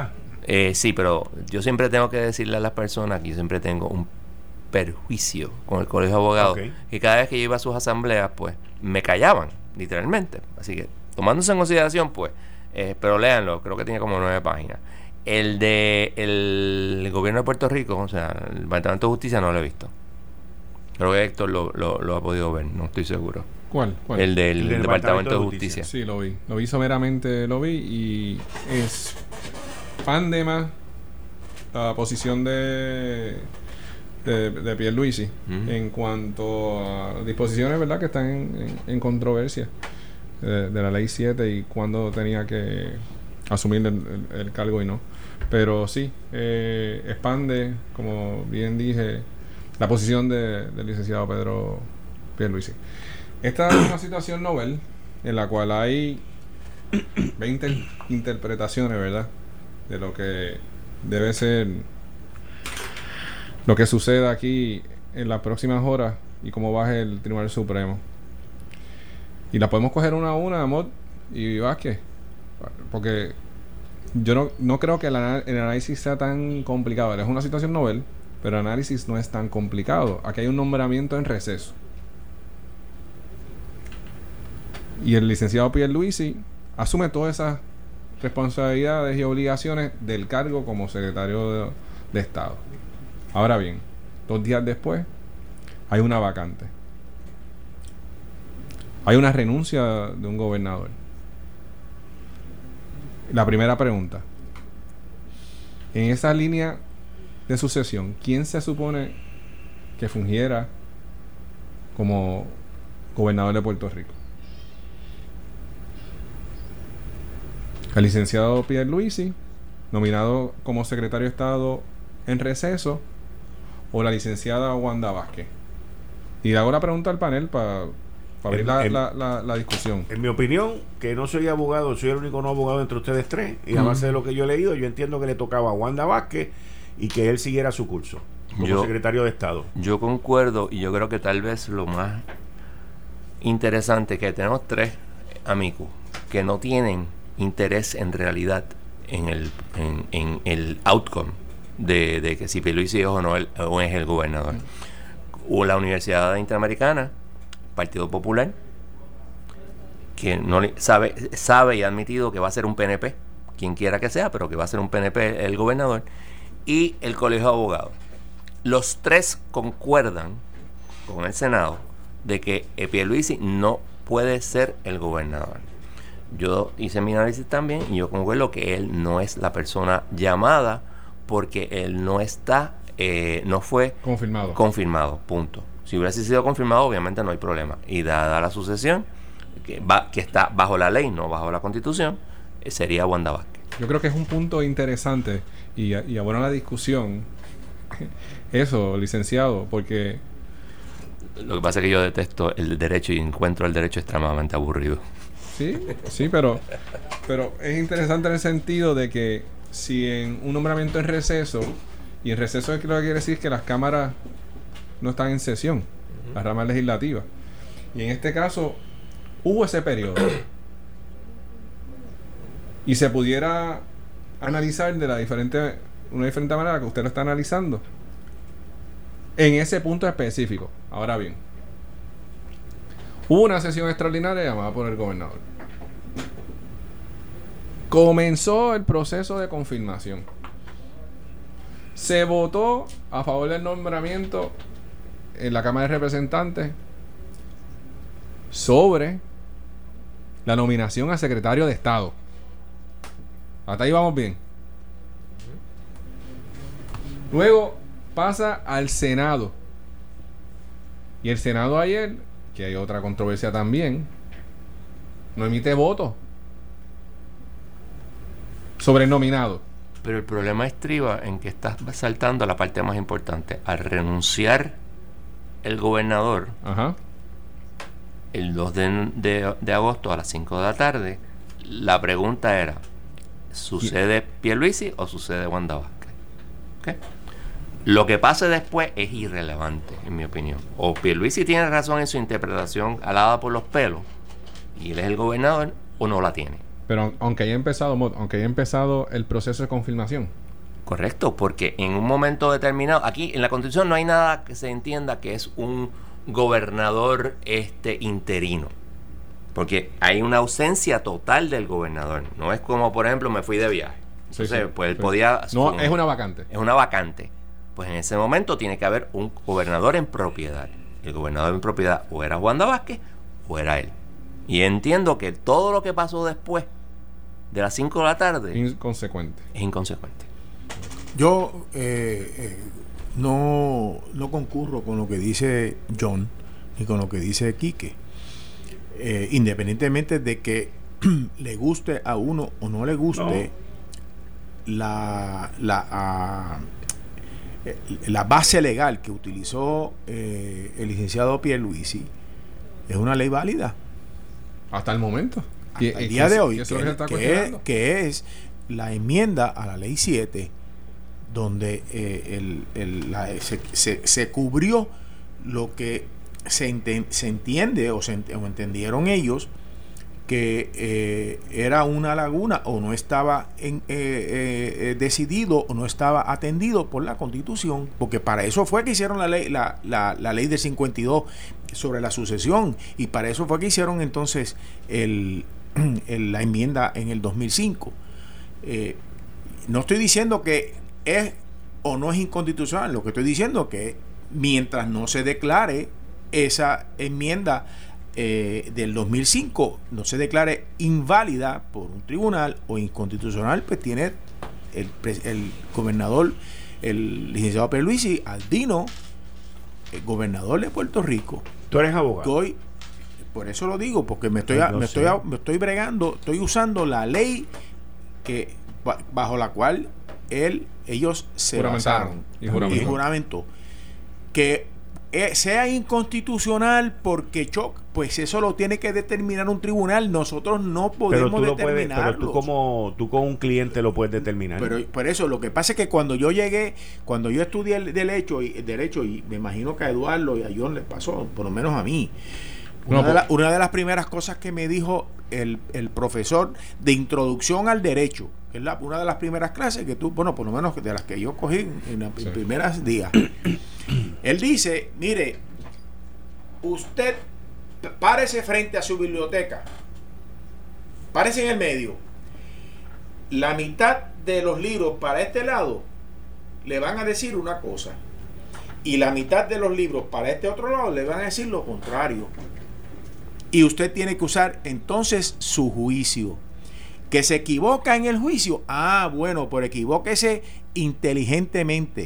Eh, sí, pero yo siempre tengo que decirle a las personas que yo siempre tengo un perjuicio con el colegio de abogados, okay. que cada vez que yo iba a sus asambleas, pues, me callaban, literalmente. Así que, tomándose en consideración, pues, eh, pero léanlo, creo que tiene como nueve páginas. El de el gobierno de Puerto Rico, o sea, el Departamento de Justicia, no lo he visto. Creo que Héctor lo, lo, lo ha podido ver, no estoy seguro. ¿Cuál? ¿Cuál? El del, el del Departamento, Departamento de Justicia. Sí, lo vi. Lo vi someramente, lo vi y es fan de más la posición de de, de Pierluisi uh-huh. en cuanto a disposiciones, ¿verdad?, que están en, en, en controversia de, de la ley siete y cuándo tenía que asumir el, el, el cargo y no. Pero sí, eh, expande, como bien dije, la posición de, del licenciado Pedro Pierluisi. Esta es una situación novel en la cual hay veinte interpretaciones, ¿verdad?, de lo que debe ser lo que suceda aquí en las próximas horas y cómo baje el Tribunal Supremo. Y la podemos coger una a una, Amor y Vázquez, porque yo no, no creo que el, anal- el análisis sea tan complicado. Es una situación novel, pero el análisis no es tan complicado. Aquí hay un nombramiento en receso. Y el licenciado Pierluisi asume todas esas responsabilidades y obligaciones del cargo como secretario de, de Estado. Ahora bien, dos días después hay una vacante. Hay una renuncia de un gobernador. La primera pregunta: en esa línea de sucesión, ¿quién se supone que fungiera como gobernador de Puerto Rico? El licenciado Pierluisi, nominado como secretario de Estado en receso, o la licenciada Wanda Vázquez. Y le hago la pregunta al panel para pa abrir el, la, el, la, la, la discusión. En mi opinión, que no soy abogado, soy el único no abogado entre ustedes tres, y a base de lo que yo he leído, yo entiendo que le tocaba a Wanda Vázquez y que él siguiera su curso como yo, secretario de Estado. Yo concuerdo, y yo creo que tal vez lo más interesante es que tenemos tres amigos que no tienen interés en realidad en el en, en el outcome de, de que si Pierluisi es o no el, o es el gobernador. O la Universidad Interamericana, Partido Popular, que no le, sabe sabe y ha admitido que va a ser un P N P, quien quiera que sea, pero que va a ser un P N P el gobernador, y el Colegio de Abogados. Los tres concuerdan con el Senado de que Pierluisi no puede ser el gobernador. Yo hice mi análisis también y yo concuerdo que él no es la persona llamada porque él no está, eh, no fue confirmado. Confirmado, punto. Si hubiese sido confirmado, obviamente no hay problema. Y dada la sucesión, que, va, que está bajo la ley, no bajo la Constitución, eh, sería Wanda Vázquez. Yo creo que es un punto interesante y, y abona la discusión eso, licenciado, porque lo que pasa es que yo detesto el derecho y encuentro el derecho extremadamente aburrido. Sí, sí, pero pero es interesante en el sentido de que si en un nombramiento en receso, y en receso es que lo que quiere decir es que las cámaras no están en sesión, uh-huh. las ramas legislativas, y en este caso hubo ese periodo y se pudiera analizar de la diferente una diferente manera que usted lo está analizando en ese punto específico. Ahora bien, hubo una sesión extraordinaria llamada por el gobernador. Comenzó el proceso de confirmación. Se votó a favor del nombramiento en la Cámara de Representantes sobre la nominación a secretario de Estado. Hasta ahí vamos bien. Luego pasa al Senado. Y el Senado ayer, que hay otra controversia también, no emite voto sobre el nominado. Pero el problema estriba en que estás saltando a la parte más importante. Al renunciar el gobernador, Ajá. el dos de, de, de agosto a las cinco de la tarde, la pregunta era: ¿sucede Pierluisi o sucede Wanda Vázquez? ¿Okay? Lo que pase después es irrelevante, en mi opinión. O Pierluisi tiene razón en su interpretación alada por los pelos y él es el gobernador, o no la tiene. Pero aunque haya empezado, aunque haya empezado el proceso de confirmación. Correcto, porque en un momento determinado, aquí en la Constitución no hay nada que se entienda que es un gobernador este interino. Porque hay una ausencia total del gobernador. No es como, por ejemplo, me fui de viaje. Entonces, sí, sí, pues él podía... No, un, es una vacante. Es una vacante. Pues en ese momento tiene que haber un gobernador en propiedad. El gobernador en propiedad o era Wanda Vázquez o era él. Y entiendo que todo lo que pasó después de las cinco de la tarde... Inconsecuente. Es inconsecuente. Yo eh, eh, no, no concurro con lo que dice John ni con lo que dice Quique. Eh, independientemente de que le guste a uno o no le guste no. la la, a, la base legal que utilizó eh, el licenciado Pierluisi es una ley válida hasta el momento, hasta el día de hoy, que, que, es, que es la enmienda a la ley siete, donde eh, el, el, la, se, se, se cubrió lo que se, enten, se entiende o, se, o entendieron ellos que eh, era una laguna o no estaba en, eh, eh, decidido o no estaba atendido por la Constitución, porque para eso fue que hicieron la ley la, la, la ley del cincuenta y dos sobre la sucesión, y para eso fue que hicieron entonces el, el, la enmienda en el dos mil cinco. Eh, no estoy diciendo que es o no es inconstitucional, lo que estoy diciendo es que mientras no se declare esa enmienda eh, del dos mil cinco, no se declare inválida por un tribunal o inconstitucional, pues tiene el, el gobernador, el licenciado Pierluisi Aldino, el gobernador de Puerto Rico. ¿Tú eres abogado? Estoy, por eso lo digo, porque me estoy, no me, estoy me estoy bregando, estoy usando la ley que bajo la cual él, ellos se basaron y juramentó, y juramentó que eh, sea inconstitucional porque choc, pues eso lo tiene que determinar un tribunal. Nosotros no podemos pero tú determinarlo. Pero tú como tú con un cliente lo puedes determinar. Pero por eso lo que pasa es que cuando yo llegué, cuando yo estudié el derecho y el derecho y me imagino que a Eduardo y a John les pasó, por lo menos a mí. Una, no, de la, una de las primeras cosas que me dijo el, el profesor de introducción al derecho, que es la, una de las primeras clases que tú, bueno, por lo menos de las que yo cogí en los sí. primeros días, él dice, mire, usted párese frente a su biblioteca, párese en el medio, la mitad de los libros para este lado le van a decir una cosa y la mitad de los libros para este otro lado le van a decir lo contrario. Y usted tiene que usar entonces su juicio. Que se equivoca en el juicio. Ah, bueno, pero equivóquese inteligentemente.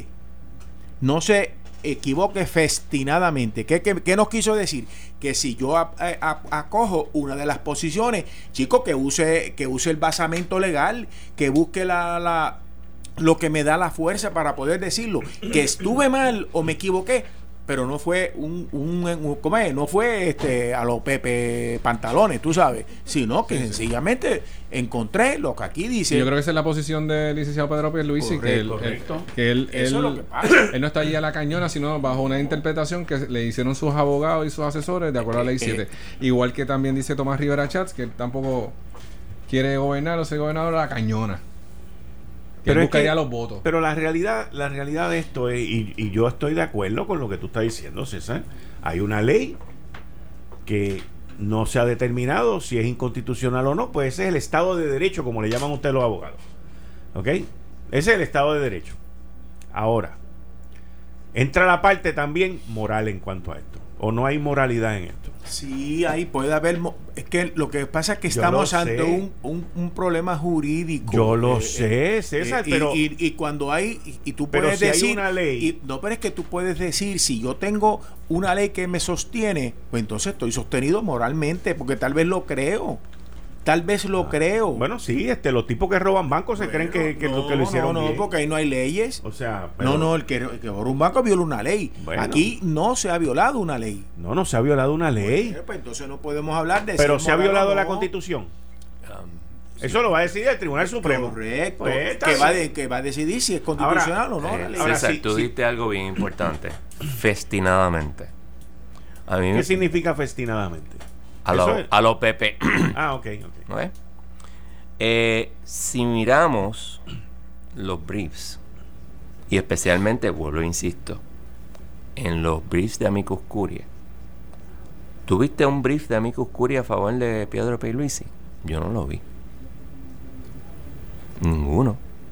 No se equivoque festinadamente. ¿Qué, qué, qué nos quiso decir? Que si yo a, a, acojo una de las posiciones, chico, que use, que use el basamento legal, que busque la, la, lo que me da la fuerza para poder decirlo. Que estuve mal o me equivoqué, pero no fue un, un, un ¿cómo es? No fue este a los Pepe pantalones, tú sabes, sino que sí, sencillamente sí. encontré lo que aquí dice. Y yo creo que esa es la posición del licenciado Pedro Pierluisi, que él, él, que él, él, Eso es lo que pasa. Él no está allí a la cañona, sino bajo una interpretación que le hicieron sus abogados y sus asesores de acuerdo a la ley siete. Eh, Igual que también dice Tomás Rivera Chats, que él tampoco quiere gobernar o ser gobernador a la cañona. Que pero buscaría que, los votos. Pero la realidad, la realidad de esto es, y, y yo estoy de acuerdo con lo que tú estás diciendo, César. Hay una ley que no se ha determinado si es inconstitucional o no, pues ese es el Estado de Derecho, como le llaman ustedes los abogados. ¿Ok? Ese es el Estado de Derecho. Ahora, entra la parte también moral en cuanto a esto. ¿O no hay moralidad en esto? Sí, ahí puede haber. Es que lo que pasa es que Yo estamos ante un, un, un problema jurídico. Yo lo eh, sé, César, eh, pero. Y, y, y cuando hay. Y, y tú puedes si decir. Hay una ley. Y, no, pero es que tú puedes decir, si yo tengo una ley que me sostiene, pues entonces estoy sostenido moralmente, porque tal vez lo creo. Tal vez lo ah, creo. Bueno, sí, este, los tipos que roban bancos se creen que, que, no, que lo hicieron no, no, bien. porque ahí no hay leyes. O sea, pero, no, no, el que, el que roba un banco viola una ley. Bueno, aquí no se ha violado una ley. No, no se ha violado una ley. Bueno, pues entonces no podemos hablar de eso. Pero se ha violado no. la Constitución. Um, eso sí. lo va a decidir el Tribunal Supremo. Correcto. Pues, que, va de, que va a decidir si es constitucional ahora, o no. Eh, ahora, César, sí, tú sí. diste algo bien importante. Festinadamente. A mí, ¿Qué significa festinadamente? A lo, es... a lo Pepe. Ah, ok, ok. ¿Okay? Eh, si miramos los briefs, y especialmente, vuelvo e insisto, en los briefs de Amicus Curiae, ¿tuviste un brief de Amicus Curiae a favor de Pedro Pierluisi? Yo no lo vi. Ninguno.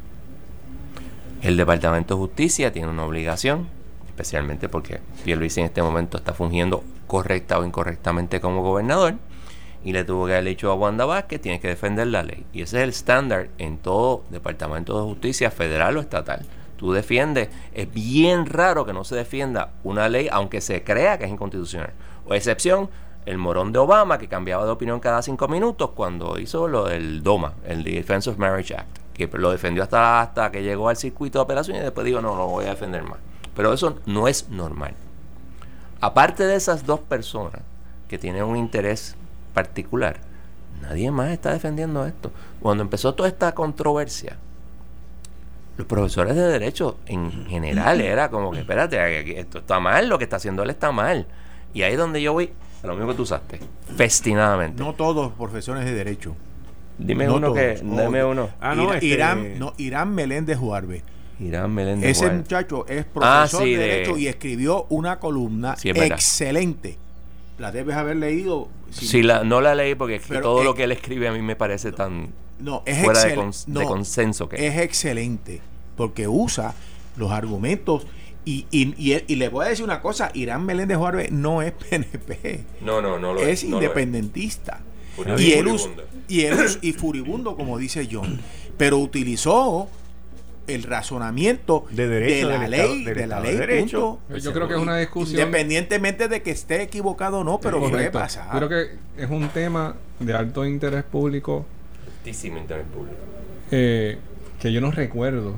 El Departamento de Justicia tiene una obligación, especialmente porque Pierluisi en este momento está fungiendo correcta o incorrectamente como gobernador, y le tuvo que haber dicho a Wanda Vázquez: tienes que defender la ley. Y ese es el estándar en todo Departamento de Justicia, federal o estatal. Tú defiendes. Es bien raro que no se defienda una ley aunque se crea que es inconstitucional. O excepción, el morón de Obama, que cambiaba de opinión cada cinco minutos cuando hizo lo del DOMA, el Defense of Marriage Act, que lo defendió hasta, hasta que llegó al circuito de operaciones, y después digo, no, no lo voy a defender más. Pero eso no es normal. Aparte de esas dos personas que tienen un interés particular, nadie más está defendiendo esto. Cuando empezó toda esta controversia, los profesores de derecho en general era como que, espérate, esto está mal, lo que está haciendo él está mal. Y ahí es donde yo voy a lo mismo que tú usaste, festinadamente. No todos profesores de derecho. Dime no uno todos, que, dime uno. Ah, no, Irán, este... Irán, no, Irán Meléndez Juarbe. Irán Meléndez Ese Juárez. muchacho es profesor Ah, sí, de de- derecho y escribió una columna Sí, es verdad. excelente. La debes haber leído. Sí, si- la, no la leí porque es que Pero todo es- lo que él escribe a mí me parece tan no, es fuera de, excel- cons- no, de consenso que es excelente porque usa los argumentos y, y, y, él- y le voy a decir una cosa: Irán Meléndez Juárez no es P N P, No, no, no lo es no lo independentista. Furibundo. Y él us- y él us- y furibundo, como dice John, pero utilizó el razonamiento De derecho, la del ley, Estado- del de la Estado ley, de Derecho. punto. Yo creo que es una discusión. Independientemente de que esté equivocado o no, pero puede Correcto. pasar. Yo creo que es un tema de alto interés público Altísimo interés público. eh, que yo no recuerdo,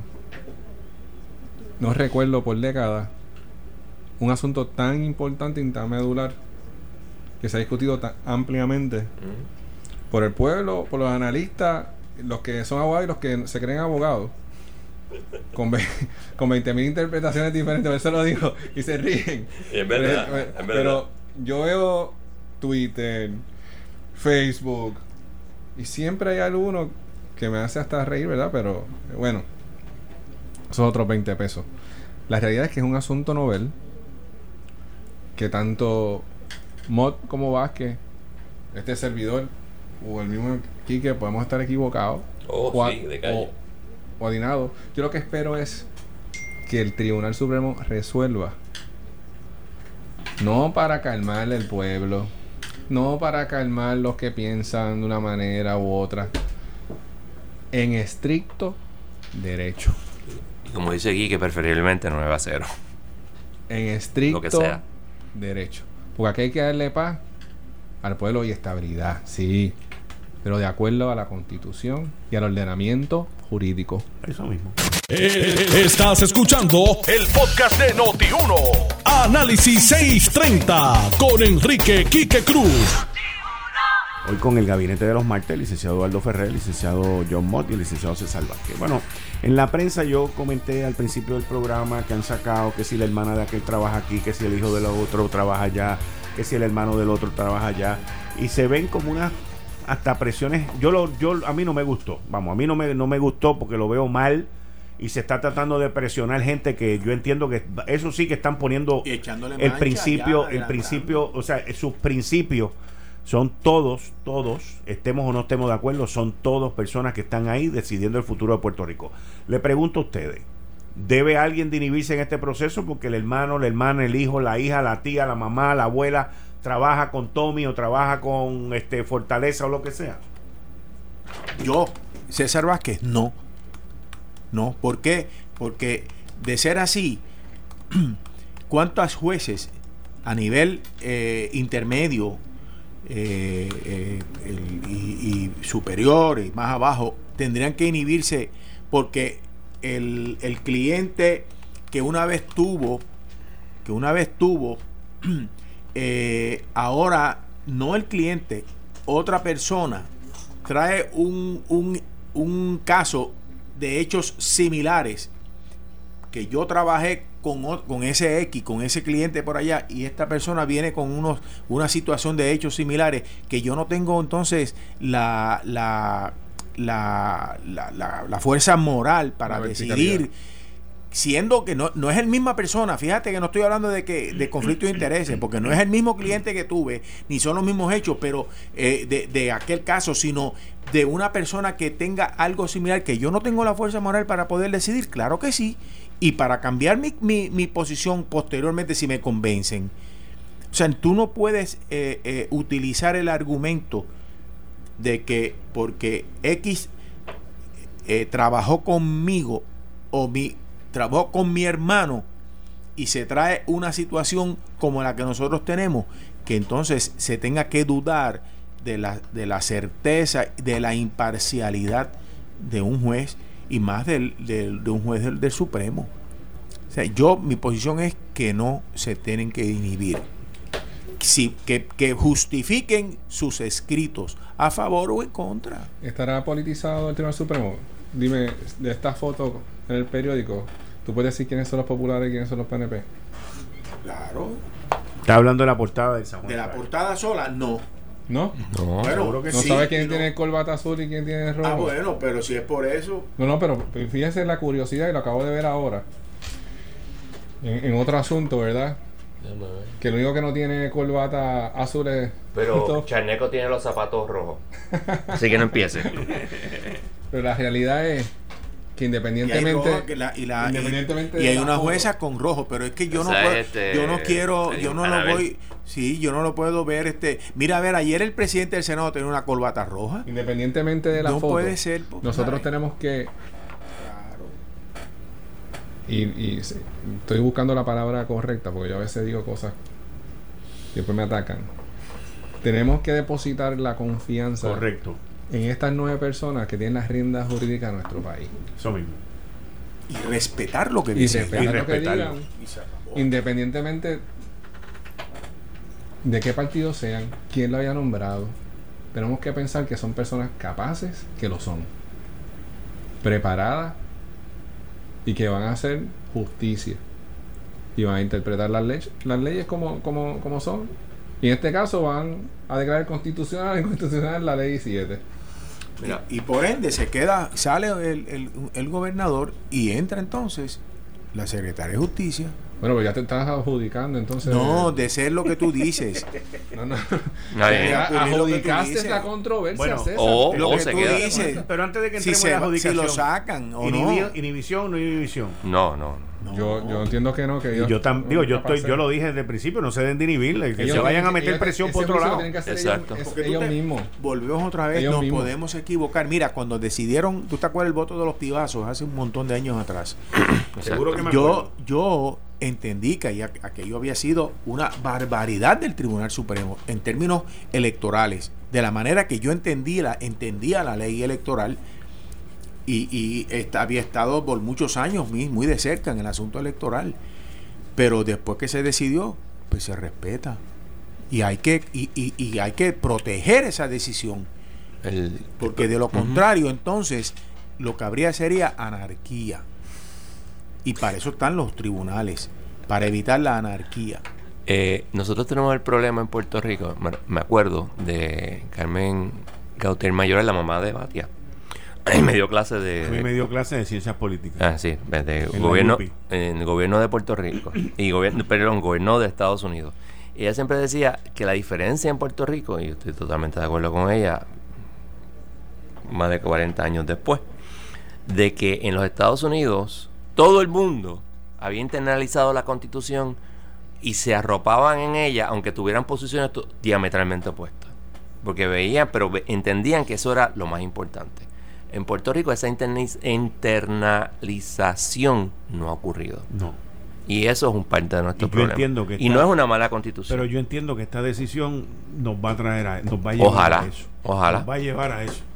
no recuerdo por décadas un asunto tan importante y tan medular que se ha discutido tan ampliamente por el pueblo, por los analistas, los que son abogados y los que se creen abogados, con, ve- con veinte mil interpretaciones diferentes. Eso lo digo y se ríen. Es verdad, Pero, es verdad. pero yo veo Twitter, Facebook, y siempre hay alguno que me hace hasta reír, ¿verdad? Pero bueno, son otros veinte pesos. La realidad es que es un asunto novel que tanto Mott como Vázquez, este servidor o el mismo Quique, podemos estar equivocados Oh, o, a- sí, de calle. o, o adinados. Yo lo que espero es que el Tribunal Supremo resuelva, no para calmar el pueblo, no para calmar los que piensan de una manera u otra, en estricto derecho, Y como dice Gui, que preferiblemente nueve a cero. en estricto Lo que sea. derecho, porque aquí hay que darle paz al pueblo y estabilidad, sí, pero de acuerdo a la Constitución y al ordenamiento jurídico. Eso mismo. Eh, Estás escuchando el podcast de Noti uno. Análisis seiscientos treinta con Enrique Quique Cruz. Hoy con el gabinete de los martes, el licenciado Eduardo Ferrer, el licenciado John Mott y el licenciado César Vázquez. Bueno, en la prensa yo comenté al principio del programa que han sacado que si la hermana de aquel trabaja aquí, que si el hijo del otro trabaja allá, que si el hermano del otro trabaja allá, y se ven como unas hasta presiones. Yo lo, yo a mí no me gustó, vamos, a mí no me, no me gustó porque lo veo mal y se está tratando de presionar gente que yo entiendo que eso sí que están poniendo Y echándole el mancha principio, ya, el ya, principio, o sea, sus principios son todos, todos, estemos o no estemos de acuerdo, son todos personas que están ahí decidiendo el futuro de Puerto Rico. Le pregunto a ustedes, ¿debe alguien de inhibirse en este proceso porque el hermano, la hermana, el hijo, la hija, la tía, la mamá, la abuela trabaja con Tommy o trabaja con este Fortaleza o lo que sea? Yo, César Vázquez, no. No, ¿por qué? Porque de ser así, ¿cuántos jueces a nivel eh, intermedio eh, eh, el- y, y superior y más abajo tendrían que inhibirse porque el, el cliente que una vez tuvo, que una vez tuvo, eh, ahora no el cliente, otra persona trae un, un, un caso de hechos similares que yo trabajé con, o- con ese X, con ese cliente por allá, y esta persona viene con unos una situación de hechos similares que yo no tengo entonces la, la, la, la, la, la fuerza moral para decidir, siendo que no, no es el misma persona. Fíjate que no estoy hablando de que de conflicto de intereses, porque no es el mismo cliente que tuve, ni son los mismos hechos, pero eh, de, de aquel caso, sino de una persona que tenga algo similar, que yo no tengo la fuerza moral para poder decidir. Claro que sí, y para cambiar mi, mi, mi posición posteriormente si me convencen. O sea, tú no puedes eh, eh, utilizar el argumento de que porque X eh, trabajó conmigo o mi trabajó con mi hermano y se trae una situación como la que nosotros tenemos, que entonces se tenga que dudar de la, de la certeza, de la imparcialidad de un juez, y más del, del, de un juez del, del Supremo. O sea, yo, mi posición es que no se tienen que inhibir. Sí, que, que justifiquen sus escritos a favor o en contra. ¿Estará politizado el Tribunal Supremo? Dime, de esta foto en el periódico, ¿tú puedes decir quiénes son los populares y quiénes son los P N P? Claro. ¿Está hablando de la portada del San Juan? De la portada sola, no. ¿No? No, Bueno, seguro que ¿No sí. sabes quién no. tiene corbata azul y quién tiene rojo? Ah, bueno, pero si es por eso. No, no, pero fíjense la curiosidad, y lo acabo de ver ahora. En, en otro asunto, ¿verdad? Que lo único que no tiene corbata azul es... Pero Charneco tiene los zapatos rojos. Así que no empiece. Pero la realidad es que independientemente... Y hay, rojo, que la, y, la, independientemente y, y hay de la una foto. jueza con rojo, pero es que yo O no sea, puedo, este, yo no quiero, yo no lo Anabel. voy, sí, yo no lo puedo ver. Este, mira, a ver, ayer el presidente del Senado tenía una corbata roja. Independientemente de la No foto, puede ser, porque, nosotros ay. tenemos que... Claro. Y, y sí, estoy buscando la palabra correcta, porque yo a veces digo cosas y después me atacan. Tenemos que depositar la confianza Correcto. en estas nueve personas que tienen las riendas jurídicas de nuestro país. Eso mismo. Y respetar lo que Y dicen. respetar lo que respetarlo. digan, Y se acabó. independientemente de qué partido sean, quién lo haya nombrado. Tenemos que pensar que son personas capaces, que lo son, preparadas y que van a hacer justicia y van a interpretar las leyes las leyes como, como, como son, y en este caso van a declarar constitucional e inconstitucional la ley siete. Mira. Y, y por ende se queda, sale el, el, el gobernador y entra entonces la secretaria de Justicia. Bueno, pues ya te estás adjudicando entonces. No, de ser lo que tú dices. no, no. Nadie. Ya ocurrir lo que tú adjudicaste dices. la controversia, Bueno, César. o- Lo o que se tú queda. dices. Pero antes de que Si, entremos se, en la si adjudicación, lo sacan o inhibi- no. inhibición o no inhibición. No, no. No. Yo, yo entiendo que no, que Y ellos- yo tam- digo, yo capaz estoy, yo lo dije desde el principio, no se den de inhibir, que ellos se vayan a tienen que- meter ellos- presión ese por otro juicio lo lado. tienen que hacer Exacto. ellos, es- Porque tú ellos te- mismos. Volvemos otra vez, Ellos nos mismos. podemos equivocar. Mira, cuando decidieron, ¿tú te acuerdas el voto de los pibazos hace un montón de años atrás? Seguro que me Yo, acuerdo. yo entendí que ya- aquello había sido una barbaridad del Tribunal Supremo en términos electorales, de la manera que yo entendí la, entendía la ley electoral y, y esta- había estado por muchos años muy, muy de cerca en el asunto electoral, pero después que se decidió, pues se respeta y hay que y, y- y hay que proteger esa decisión, El, porque de lo contrario entonces lo que habría sería anarquía. Y para eso están los tribunales, para evitar la anarquía. Eh, nosotros tenemos el problema en Puerto Rico. Me, me acuerdo de Carmen Gauter Mayor, la mamá de Batia. Y me dio clase de, A mí de- me dio clase de ciencias políticas. ah, sí, de En la gobierno, U P I. en el gobierno de Puerto Rico y gobierno, perdón, gobierno de Estados Unidos. Ella siempre decía que la diferencia en Puerto Rico, y yo estoy totalmente de acuerdo con ella, más de cuarenta años después, de que en los Estados Unidos todo el mundo había internalizado la Constitución y se arropaban en ella, aunque tuvieran posiciones to- diametralmente opuestas, porque veían, pero ve- entendían que eso era lo más importante. En Puerto Rico esa interniz- internalización no ha ocurrido, No. y eso es un parte de nuestro Y yo problema. entiendo que y está- no es una mala Constitución. Pero yo entiendo que esta decisión nos va a traer a, nos va a llevar Ojalá, a eso. ojalá. Nos va a llevar a eso.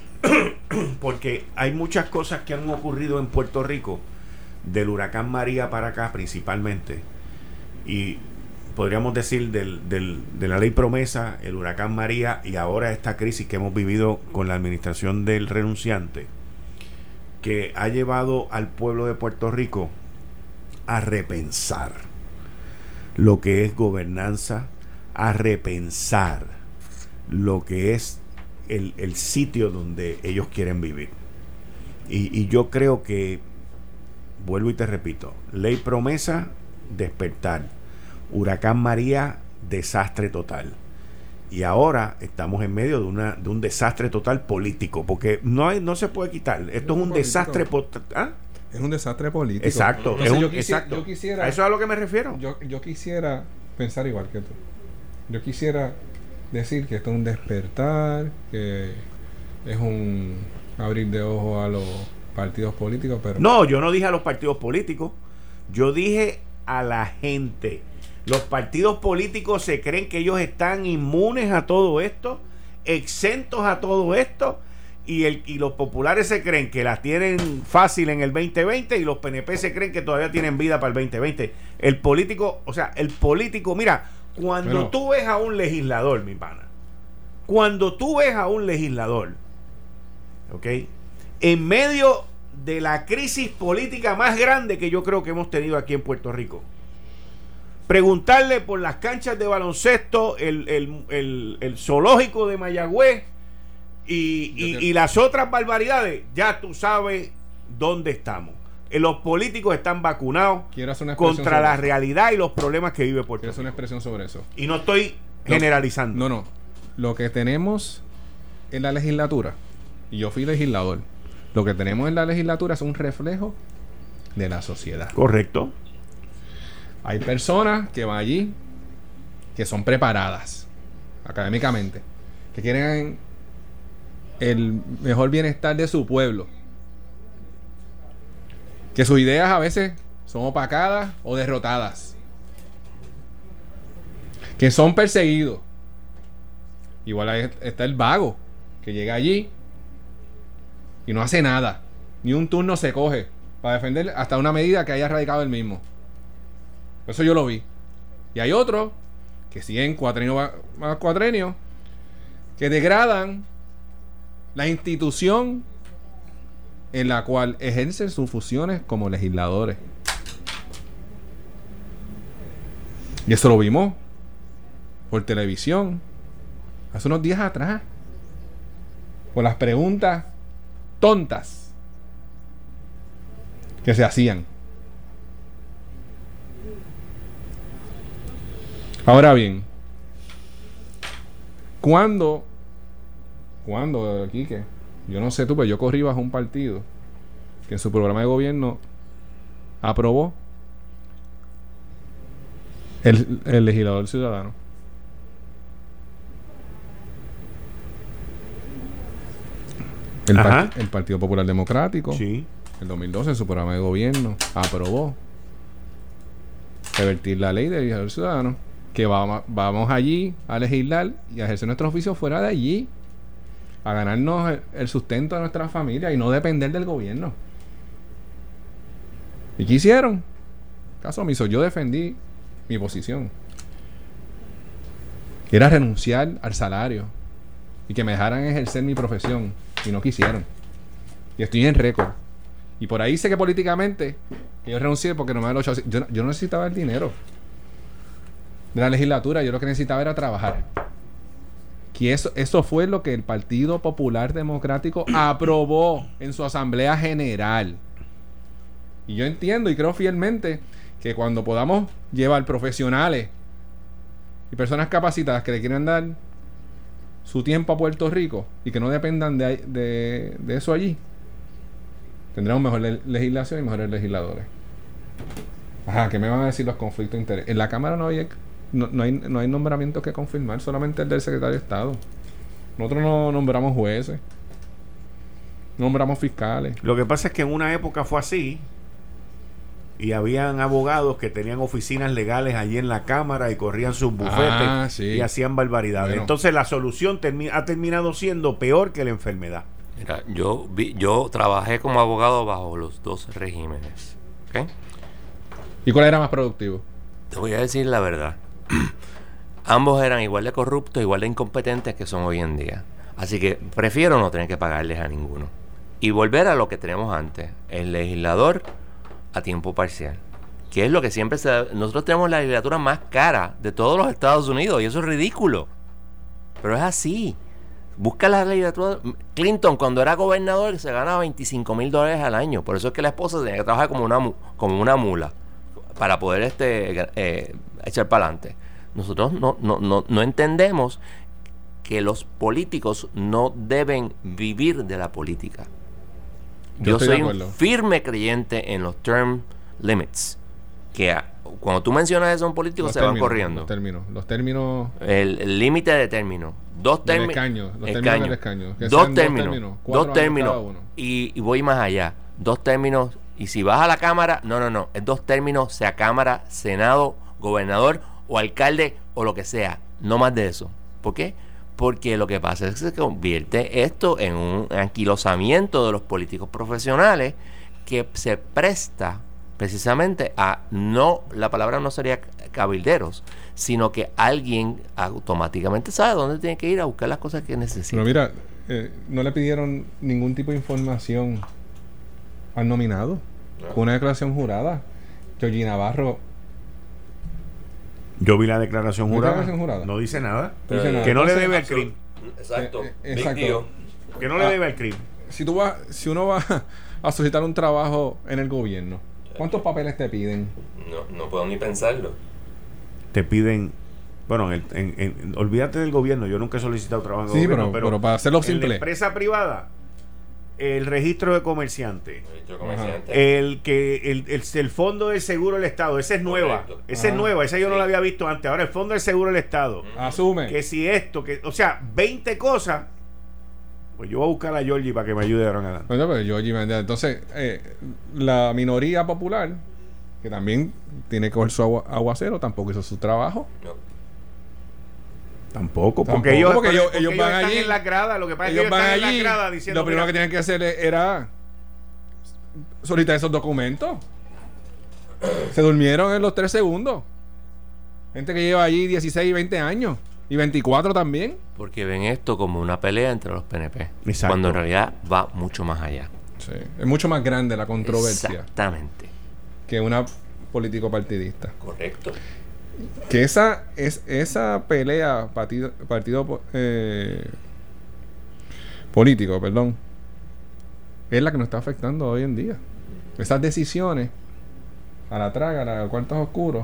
Porque hay muchas cosas que han ocurrido en Puerto Rico del huracán María para acá principalmente, y podríamos decir del, del, de la ley promesa, el huracán María y ahora esta crisis que hemos vivido con la administración del renunciante, que ha llevado al pueblo de Puerto Rico a repensar lo que es gobernanza, a repensar lo que es el, el sitio donde ellos quieren vivir. Y, y yo creo que, vuelvo y te repito, Ley Promesa, despertar. Huracán María, desastre total. Y ahora estamos en medio de una de un desastre total político, porque no hay, no se puede quitar. Esto es un desastre po- ¿ah? Es un desastre político. Exacto, Entonces, es un, yo quisiera, exacto. yo quisiera, a eso es a lo que me refiero. Yo, yo quisiera pensar igual que tú. Yo quisiera decir que esto es un despertar, que es un abrir de ojos a los partidos políticos, pero No, yo no dije a los partidos políticos, yo dije a la gente. Los partidos políticos se creen que ellos están inmunes a todo esto, exentos a todo esto, y, el, y los populares se creen que las tienen fácil en el veinte veinte y los P N P se creen que todavía tienen vida para el veinte veinte. El político, o sea, el político, mira, cuando Pero, tú ves a un legislador, mi pana, cuando tú ves a un legislador, ¿ok? En medio de la crisis política más grande que yo creo que hemos tenido aquí en Puerto Rico, preguntarle por las canchas de baloncesto, el, el, el, el zoológico de Mayagüez y, y, y las otras barbaridades, ya tú sabes dónde estamos. Eh, Los políticos están vacunados quiero hacer una expresión contra sobre la eso. realidad y los problemas que vive Puerto Quiero hacer una Rico. expresión sobre eso. Y no estoy No, generalizando. No, no. Lo que tenemos en la legislatura, y yo fui legislador, lo que tenemos en la legislatura es un reflejo de la sociedad. Correcto. Hay personas que van allí que son preparadas académicamente, que quieren el mejor bienestar de su pueblo, que sus ideas a veces son opacadas o derrotadas, que son perseguidos. Igual ahí está el vago que llega allí y no hace nada, ni un turno se coge para defender hasta una medida que haya radicado él mismo. Eso yo lo vi. Y hay otros que siguen cuatrenio más cuatrenio, que degradan la institución en la cual ejercen sus funciones como legisladores. Y eso lo vimos por televisión hace unos días atrás, por las preguntas tontas que se hacían. Ahora bien, cuando, cuando, Quique, yo no sé tú, pero yo corrí bajo un partido que en su programa de gobierno aprobó el, el legislador ciudadano. El, part- el Partido Popular Democrático, Sí. el dos mil doce, en su programa de gobierno, aprobó revertir la ley de legislador ciudadano, que vamos, vamos allí a legislar y a ejercer nuestro oficio fuera de allí, a ganarnos el, el sustento de nuestra familia y no depender del gobierno. ¿Y qué hicieron? Caso omiso, yo defendí mi posición, que era renunciar al salario y que me dejaran ejercer mi profesión, y no quisieron. Y estoy en récord. Y por ahí sé que políticamente que yo renuncié porque no me lo yo, yo no necesitaba el dinero de la legislatura, yo lo que necesitaba era trabajar. Que eso, eso fue lo que el Partido Popular Democrático aprobó en su Asamblea General. Y yo entiendo y creo fielmente que cuando podamos llevar profesionales y personas capacitadas que le quieran dar su tiempo a Puerto Rico y que no dependan de, de, de eso allí, tendremos mejor le- legislación y mejores legisladores. Ajá, ¿qué me van a decir los conflictos de interés? En la Cámara no hay, no, no hay, no hay nombramientos que confirmar, solamente el del secretario de Estado. Nosotros no nombramos jueces, nombramos fiscales. Lo que pasa es que en una época fue así y habían abogados que tenían oficinas legales allí en la Cámara y corrían sus bufetes Ah, sí. y hacían barbaridades. Bueno. Entonces la solución termi- ha terminado siendo peor que la enfermedad. Mira, yo vi, yo trabajé como abogado bajo los dos regímenes. ¿Ok? ¿Y cuál era más productivo? Te voy a decir la verdad. Ambos eran igual de corruptos, igual de incompetentes que son hoy en día. Así que prefiero no tener que pagarles a ninguno. Y volver a lo que teníamos antes. El legislador a tiempo parcial. Que es lo que siempre se da. Nosotros tenemos la legislatura más cara de todos los Estados Unidos. Y eso es ridículo. Pero es así. Busca la legislatura. Clinton, cuando era gobernador, se ganaba veinticinco mil dólares al año. Por eso es que la esposa tenía que trabajar como una, como una mula para poder este eh, echar para adelante. Nosotros no, no, no, no entendemos que los políticos no deben vivir de la política. Yo, Yo soy un firme creyente en los term limits. Que a, cuando tú mencionas eso a un político, los se términos, van corriendo. Los términos. Los términos. El límite de términos. Dos términos. Escaño, los términos del escaño. Dos, dos términos. Dos términos. Y, y voy más allá. Dos términos. Y si vas a la Cámara, no, no, no. Es dos términos, sea Cámara, Senado, gobernador o alcalde o lo que sea. No más de eso. ¿Por qué? Porque lo que pasa es que se convierte esto en un anquilosamiento de los políticos profesionales que se presta precisamente a no, la palabra no sería cabilderos, sino que alguien automáticamente sabe dónde tiene que ir a buscar las cosas que necesita. Pero mira, eh, no le pidieron ningún tipo de información al nominado. No. Una declaración jurada. Georgie Navarro. Yo vi la declaración jurada. declaración jurada. No dice nada. No dice nada. Que no Entonces, le debe al crimen. Exacto. Eh, eh, exacto. Que no le debe al crimen. Si tú vas, si uno va a solicitar un trabajo en el gobierno, ¿cuántos papeles te piden? No, no puedo ni pensarlo. Te piden, bueno, en, en, en, olvídate del gobierno. Yo nunca he solicitado trabajo en sí, el gobierno, pero, pero, pero para hacerlo en simple. la empresa privada, el registro de comerciante, el, registro de comerciante. el que el, el, el fondo del seguro del Estado, esa es nueva, Correcto. esa Ajá. es nueva, esa yo Sí. no la había visto antes. Ahora el fondo del seguro del Estado, Asume. que si esto, que, o sea, veinte cosas. Pues yo voy a buscar a Georgie para que me ayude ahora en adelante. Bueno, pero Georgie Mendes. Entonces, eh, la minoría popular, que también tiene que coger su agua, aguacero, tampoco hizo su trabajo. No. Tampoco, porque Tampoco, ellos, porque ellos- porque ellos van están allí, en la grada. Lo que pasa es que Ellos ellos van están en allí. la grada diciendo Lo primero mira, que tenían que hacer era solicitar esos documentos. Se durmieron en los tres segundos. Gente que lleva allí dieciséis y veinte años. Y veinticuatro también. Porque ven esto como una pelea entre los P N P. Exacto. Cuando en realidad va mucho más allá. Sí. Es mucho más grande la controversia Exactamente. que una político partidista. Correcto. Que esa es esa pelea partido, partido eh, político, perdón, es la que nos está afectando hoy en día. Esas decisiones a la traga, a los cuartos oscuros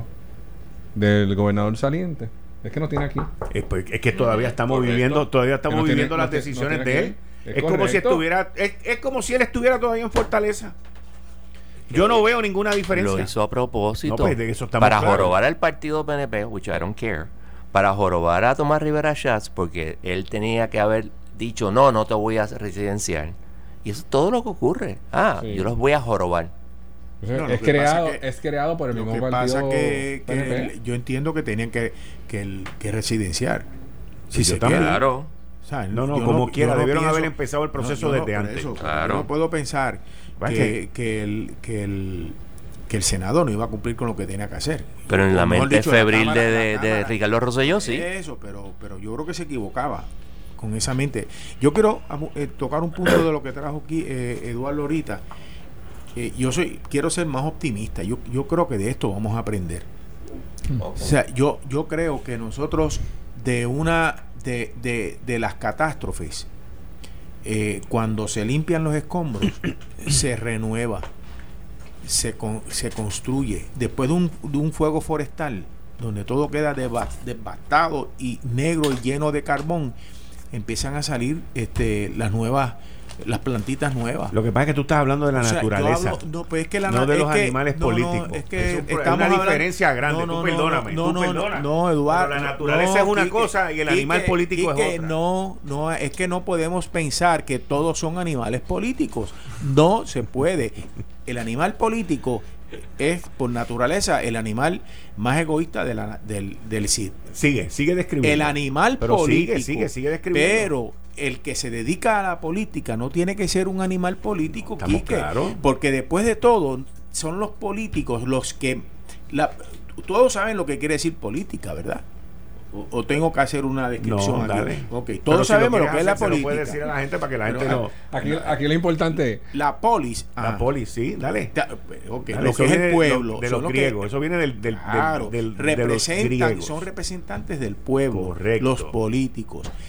del gobernador saliente, es que no tiene aquí. Es, pues, es que todavía estamos Correcto. viviendo, todavía estamos Que no tiene- viviendo las no te- no decisiones tiene de aquí. él. Es Es, como si correcto. estuviera, es, es como si él estuviera todavía en Fortaleza. Yo no veo ninguna diferencia. Lo hizo a propósito. No, pues, de eso estamos para claros. jorobar al partido P N P, which I don't care. Para jorobar a Tomás Rivera Schatz, porque él tenía que haber dicho, no, no te voy a residenciar. Y eso es todo lo que ocurre. Ah, Sí. yo los voy a jorobar. Entonces, No, lo es que creado pasa que- es creado por el Lo mismo que partido pasa que, que P N P. el- yo entiendo que tenían que, que, el- que residenciar. Si Sí, se yo también. queda. Claro. O sea, No, no, yo como yo quiera, no debieron pienso- haber empezado el proceso no, yo no, desde por antes. eso, Claro. Yo no puedo pensar Va, que, que- que, el, que, el, que el Senado no iba a cumplir con lo que tenía que hacer. Pero en O la mejor mente dicho, la febril Cámara- de, la de, de Cámara- Ricardo Rosselló, sí. Eso, pero, pero yo creo que se equivocaba con esa mente. Yo quiero eh, tocar un punto de lo que trajo aquí eh, Eduardo ahorita. Eh, yo soy quiero ser más optimista. Yo, yo creo que de esto vamos a aprender. O sea, yo, yo creo que nosotros de una de, de, de las catástrofes, eh, cuando se limpian los escombros, se renueva, se, con, se construye. Después de un, de un fuego forestal, donde todo queda deva- devastado y negro y lleno de carbón, empiezan a salir este, las nuevas, las plantitas nuevas. Lo que pasa es que tú estás hablando de la O sea, yo naturaleza. hablo- no, pues es que la no na- de es los que- animales no, no, políticos. es que Es un pro- estamos una hablando- diferencia grande. No, no, tú no, perdóname. no, tú no, perdona. no, Eduardo. Pero la naturaleza no, es una Quique, cosa y el Quique, animal político Quique, es otra. No, no, es que no podemos pensar que todos son animales políticos. No se puede. El animal político es, por naturaleza, el animal más egoísta de la, del, del C I D. Sigue, sigue describiendo. El animal Pero político. sigue, sigue, sigue describiendo. Pero el que se dedica a la política no tiene que ser un animal político, Estamos Quique, claros. porque después de todo son los políticos los que la, todos saben lo que quiere decir política, ¿verdad? O, o tengo que hacer una descripción No, aquí? dale. Ok, Pero todos si sabemos lo, quieres que es la hacer, se lo política. puedes decir a la gente para que la Pero, gente ah, no. Aquí, aquí lo importante es La polis, La ah, poli, sí, dale. ta- ok, Dale, lo eso que es viene el de- pueblo, de son los los que- griegos. Eso viene del, del, Claro, del, del- de los representan, griegos. son representantes del pueblo, Correcto. los políticos.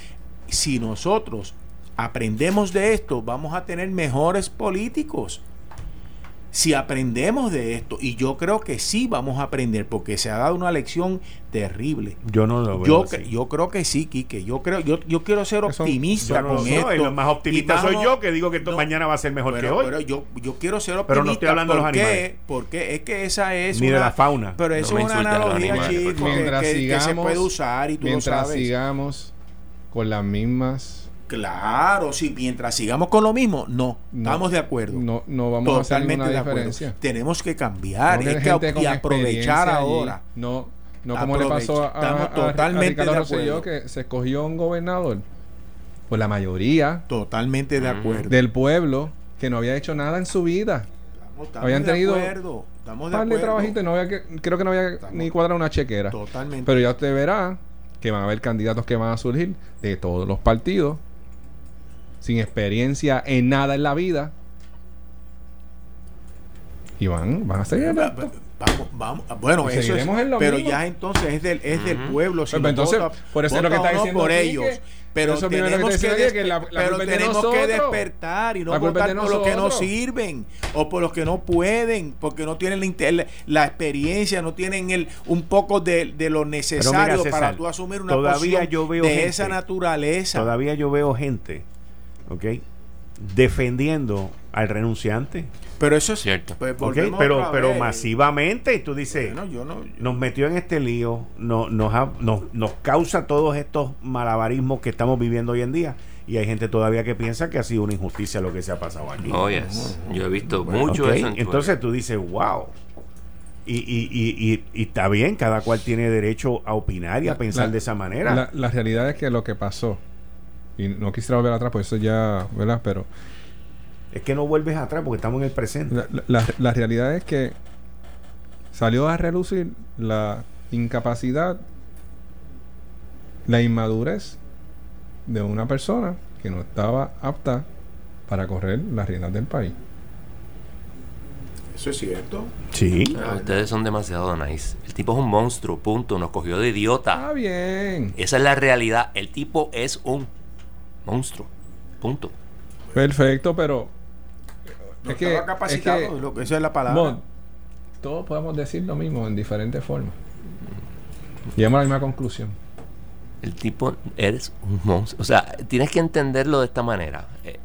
si nosotros aprendemos de esto, vamos a tener mejores políticos. Si aprendemos de esto, y yo creo que sí vamos a aprender, porque se ha dado una lección terrible. Yo no lo veo yo, así. yo creo que sí, Quique. Yo creo, yo, yo quiero ser optimista no, con no, esto. Y lo más optimista y vamos, soy yo, que digo que esto no, mañana va a ser mejor pero, que hoy. Pero yo, yo quiero ser optimista. Pero no estoy hablando de los ¿por qué? animales. Porque es que esa es Ni una, de la fauna. Pero eso No me es una insulten los analogía, animales, chico, por que, Mientras que- que sigamos, se puede usar y tú lo mientras sabes. sigamos con las mismas, Claro, sí, mientras sigamos con lo mismo, no, no, estamos de acuerdo. no, no vamos a hacer Totalmente ninguna de acuerdo. diferencia. Tenemos que cambiar, No, es gente que con y aprovechar experiencia ahora. allí. No, no como le Aprovecha. pasó a, a, Estamos a- a totalmente Ricardo de Rosselló, acuerdo. que se escogió un gobernador, pues la mayoría Totalmente de acuerdo. del pueblo que no había hecho nada en su vida. Estamos, estamos habían de tenido acuerdo. Estamos Un de par de acuerdo. trabajitos y no había que, creo que no había Estamos- ni cuadrar una chequera. Totalmente. Pero ya usted verá que van a haber candidatos que van a surgir de todos los partidos, sin experiencia en nada en la vida, y van, van a seguir. Va- va- Vamos, vamos. Bueno, Y eso es, seguiremos en lo pero mismo. ya entonces es del, es del pueblo. Si Pues, nos entonces, vota- por eso es lo que vota está o no diciendo por Quique. ellos. Por Pero eso mismo es lo que tenemos está que, diciendo des- Quique, que la- la pero culpa es de tenemos que nosotros. despertar y no La culpa es de votar por los que no nosotros. sirven o por los que no pueden, porque no tienen la, inte- la experiencia, no tienen el un poco de, de lo necesario César, para tú asumir una todavía posición yo veo de gente- esa naturaleza. Todavía yo veo gente, ¿ok? Defendiendo al renunciante. Pero eso es Cierto. pues, ¿Ok? volvemos Pero, otra pero vez. masivamente, y tú dices, Bueno, yo no, nos metió en este lío, no, nos, ha- nos, nos causa todos estos malabarismos que estamos viviendo hoy en día. Y hay gente todavía que piensa que ha sido una injusticia lo que se ha pasado aquí. Oh, yes. Yo he visto mucho ¿Ok? eso en Entonces tú dices, wow. Y, y, y, y, y está bien, cada cual tiene derecho a opinar y a La- pensar la- de esa manera. La, la realidad es que lo que pasó, y no quisiera volver atrás, pues eso ya, ¿verdad? Pero Es que no vuelves atrás porque estamos en el presente. la, la- la realidad es que salió a relucir la incapacidad, la inmadurez de una persona que no estaba apta para correr las riendas del país. eso es cierto. Sí. Ah, ustedes son demasiado nice. El tipo es un monstruo, punto. Nos cogió de idiota. Está bien. Esa es la realidad. El tipo es un monstruo, punto. Perfecto, pero No es que, estaba capacitado, es que, lo que- esa es la palabra. Mon, todos podemos decir lo mismo en diferentes formas. Llegamos a la misma conclusión. El tipo eres un monstruo. O sea, tienes que entenderlo de esta manera. Eh,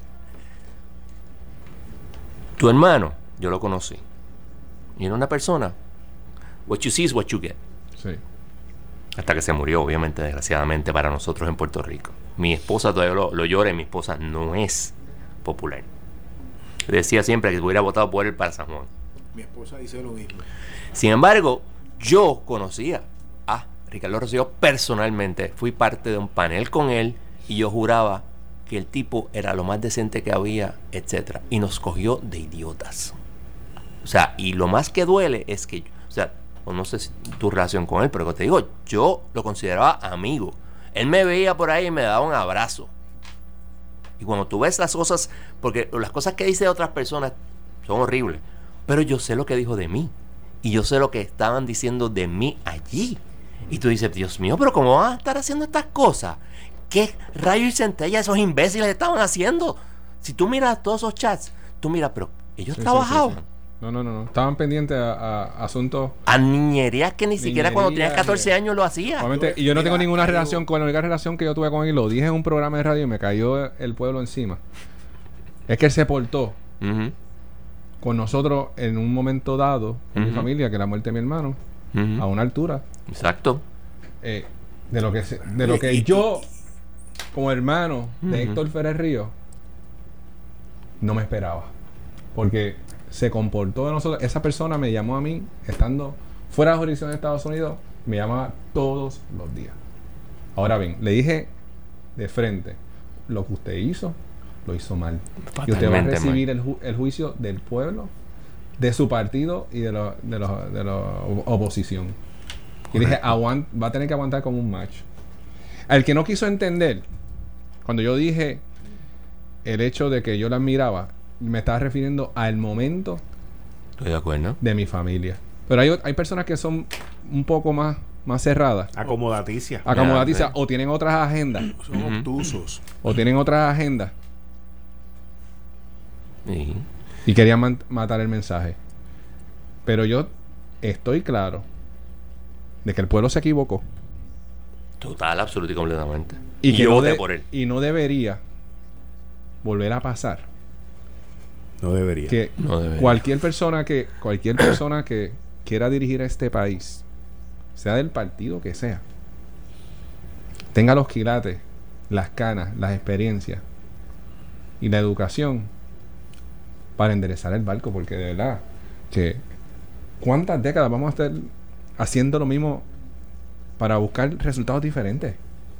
tu hermano, yo lo conocí. Y era una persona. What you see is what you get. Sí. Hasta que se murió, obviamente, desgraciadamente, para nosotros en Puerto Rico. Mi esposa todavía lo, lo llora y mi esposa no es popular. Decía siempre que hubiera votado por él para San Juan. Mi esposa dice lo mismo. Sin embargo, yo conocía a Ricardo Rosselló personalmente. Fui parte de un panel con él y yo juraba que el tipo era lo más decente que había, etcétera. Y nos cogió de idiotas. O sea, y lo más que duele es que, o sea, o no sé si tu relación con él, pero como te digo, yo lo consideraba amigo. Él me veía por ahí y me daba un abrazo. Y cuando tú ves las cosas, porque las cosas que dice de otras personas son horribles, pero yo sé lo que dijo de mí. Y yo sé lo que estaban diciendo de mí allí. Y tú dices, Dios mío, pero ¿cómo van a estar haciendo estas cosas? ¿Qué rayo y centella esos imbéciles estaban haciendo? Si tú miras todos esos chats, tú miras, pero ellos Sí, sí, trabajaban. sí, sí. No, no, no, no. Estaban pendientes a, a asuntos. A niñerías que ni siquiera cuando Niñerías, tenías catorce años lo hacía. Obviamente, y yo no Mira, tengo ninguna yo- relación con él. La única relación que yo tuve con él, lo dije en un programa de radio y me cayó el pueblo encima. Es que él se portó Ujú, con nosotros en un momento dado, con mi Ujú. familia, que la muerte de mi hermano, ujú. a una altura Exacto. eh, de lo que se- de lo que Y- yo, como hermano de Ujú. Héctor Ferrer Ríos, no me esperaba. Porque se comportó de nosotros. Esa persona me llamó a mí, estando fuera de la jurisdicción de Estados Unidos, me llamaba todos los días. Ahora bien, le dije de frente, lo que usted hizo, lo hizo mal. Y usted va a Fatalmente recibir el, ju- el juicio del pueblo, de su partido y de la de lo- de la oposición. Y dije, aguant, va a tener que aguantar como un macho. Al que no quiso entender, cuando yo dije el hecho de que yo la admiraba, me estaba refiriendo al momento Estoy de acuerdo. de mi familia. Pero hay, hay personas que son un poco más más cerrada, acomodaticia, acomodaticia, Ya, o tienen otras agendas, Son Ujú. obtusos. o tienen otras agendas Sí. y querían man- matar el mensaje. Pero yo estoy claro de que el pueblo se equivocó Total, absoluto y completamente. y que yo no, voté de- por él. y no debería volver a pasar no debería. que No debería. cualquier persona que cualquier persona que quiera dirigir a este país, sea del partido que sea, tenga los quilates, las canas, las experiencias y la educación para enderezar el barco, porque de verdad que ¿cuántas décadas vamos a estar haciendo lo mismo para buscar resultados diferentes?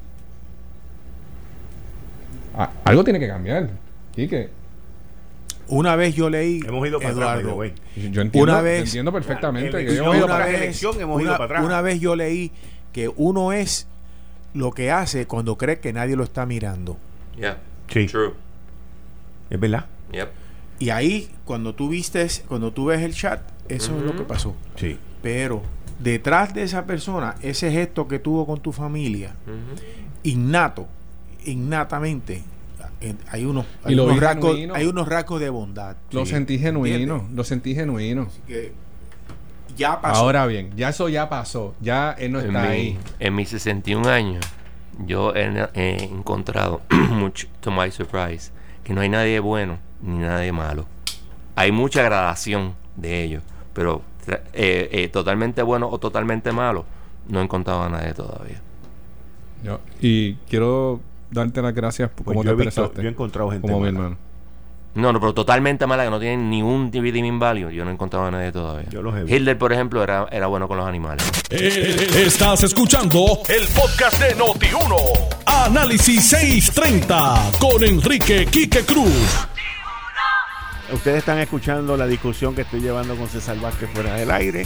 Ah, algo tiene que cambiar. Quique, Una vez yo leí, Hemos ido para atrás, by the Eduardo, way. yo entiendo, Una vez- yo entiendo perfectamente Claro, que yo elección, he ido una para- vez- elección, hemos ido una- para atrás. una vez yo leí que uno es lo que hace cuando cree que nadie lo está mirando. Yeah. Sí. True. Es verdad. Yep. Y ahí, cuando tú vistes, cuando tú ves el chat, eso es lo que pasó. Sí. Pero detrás de esa persona, ese gesto que tuvo con tu familia, Ujú. innato, innatamente, eh, hay unos, hay Y lo unos vi rasgos, genuino. hay unos rasgos de bondad. Lo Sí. sentí genuino, ¿Entiendes? lo sentí genuino. Así que ya pasó. Ahora bien, ya eso ya pasó, ya él no En, está mi- ahí. en mis sesenta y un años, yo he, he encontrado, mucho, to my surprise, que no hay nadie bueno ni nadie malo. Hay mucha gradación de ellos, pero tra- eh, eh, totalmente bueno o totalmente malo, no he encontrado a nadie todavía. Yo- y quiero darte las gracias por Pues cómo yo te he visto- expresaste. yo he encontrado gente como mi mala. hermano. No, no, pero totalmente mala, que no tienen ni un redeeming value, yo no he encontrado a nadie todavía. Yo los he visto. Hitler, por ejemplo, era, era bueno con los animales. Eh, Estás escuchando el podcast de Noti uno. Análisis seiscientos treinta con Enrique Quique Cruz. Ustedes están escuchando la discusión que estoy llevando con César Vázquez fuera del aire.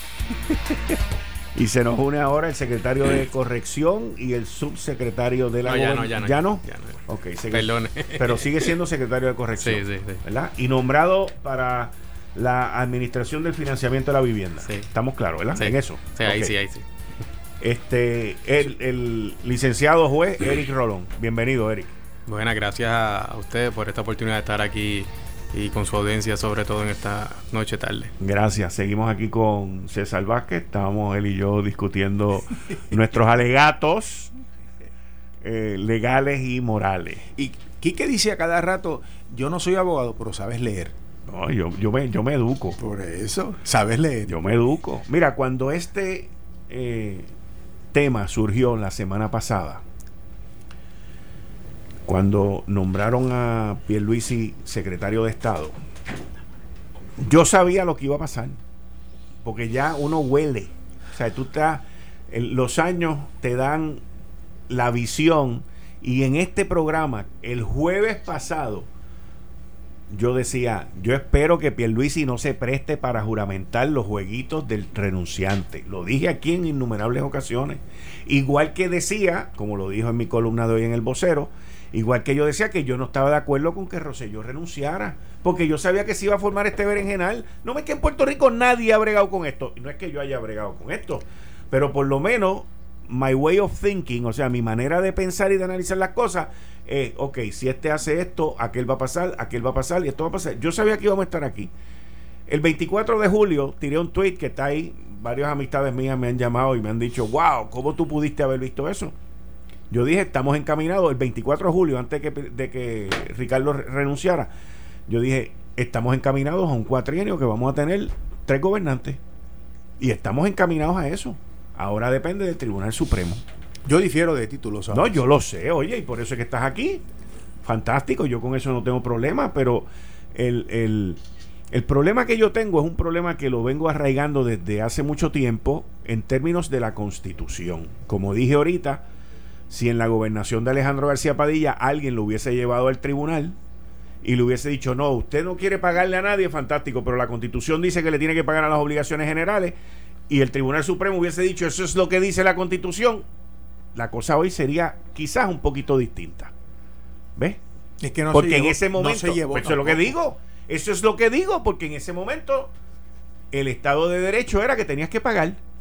Y se nos une ahora el secretario de Corrección y el subsecretario de la No, ya gober- no, ya no. ¿Ya no? Ya no. Ok, sigue- Perdone. Pero sigue siendo secretario de Corrección. Sí, sí, sí. ¿Verdad? Y nombrado para la administración del financiamiento de la vivienda. Sí. Estamos claros, ¿verdad? Sí. En eso. Sí, ahí Ok. sí, ahí sí. Este, el, el licenciado juez Eric Rolón. Bienvenido, Eric. Buenas, gracias a ustedes por esta oportunidad de estar aquí y con su audiencia, sobre todo en esta noche tarde. Gracias. Seguimos aquí con César Vázquez. Estábamos él y yo discutiendo nuestros alegatos eh, legales y morales. Y Quique dice a cada rato, yo no soy abogado, pero sabes leer. No, yo, yo, me, yo me educo. Por eso, sabes leer. Yo me educo. Mira, cuando este eh, tema surgió la semana pasada, cuando nombraron a Pierluisi secretario de Estado, yo sabía lo que iba a pasar, porque ya uno huele. O sea, tú estás, el- los años te dan la visión, y en este programa, el jueves pasado, yo decía, yo espero que Pierluisi no se preste para juramentar los jueguitos del renunciante. Lo dije aquí en innumerables ocasiones. Igual que decía, como lo dijo en mi columna de hoy en El Vocero, igual que yo decía que yo no estaba de acuerdo con que Rosselló renunciara, porque yo sabía que se iba a formar este berenjenal. No es que en Puerto Rico nadie ha bregado con esto, y no es que yo haya bregado con esto, pero por lo menos my way of thinking, o sea, mi manera de pensar y de analizar las cosas, eh, ok, si este hace esto, aquel va a pasar, aquel va a pasar y esto va a pasar. Yo sabía que íbamos a estar aquí. El veinticuatro de julio tiré un tweet que está ahí, varias amistades mías me han llamado y me han dicho, wow, ¿cómo tú pudiste haber visto eso? Yo dije, estamos encaminados el veinticuatro de julio, antes de que, de que Ricardo renunciara, yo dije, estamos encaminados a un cuatrienio que vamos a tener tres gobernantes, y estamos encaminados a eso. Ahora depende del Tribunal Supremo. Yo difiero de títulos. ¿sabes? No, yo lo sé, oye, y por eso es que estás aquí. Fantástico, yo con eso no tengo problema, pero el, el, el problema que yo tengo es un problema que lo vengo arraigando desde hace mucho tiempo en términos de la Constitución. Como dije ahorita, si en la gobernación de Alejandro García Padilla alguien lo hubiese llevado al tribunal y le hubiese dicho, no, usted no quiere pagarle a nadie, fantástico, pero la Constitución dice que le tiene que pagar a las obligaciones generales, y el Tribunal Supremo hubiese dicho, eso es lo que dice la Constitución, la cosa hoy sería quizás un poquito distinta. ¿Ves? Es que no Porque se en llevó- ese no momento, se llevó pues eso es lo que tampoco. digo, eso es lo que digo, porque en ese momento el Estado de Derecho era que tenías que pagar.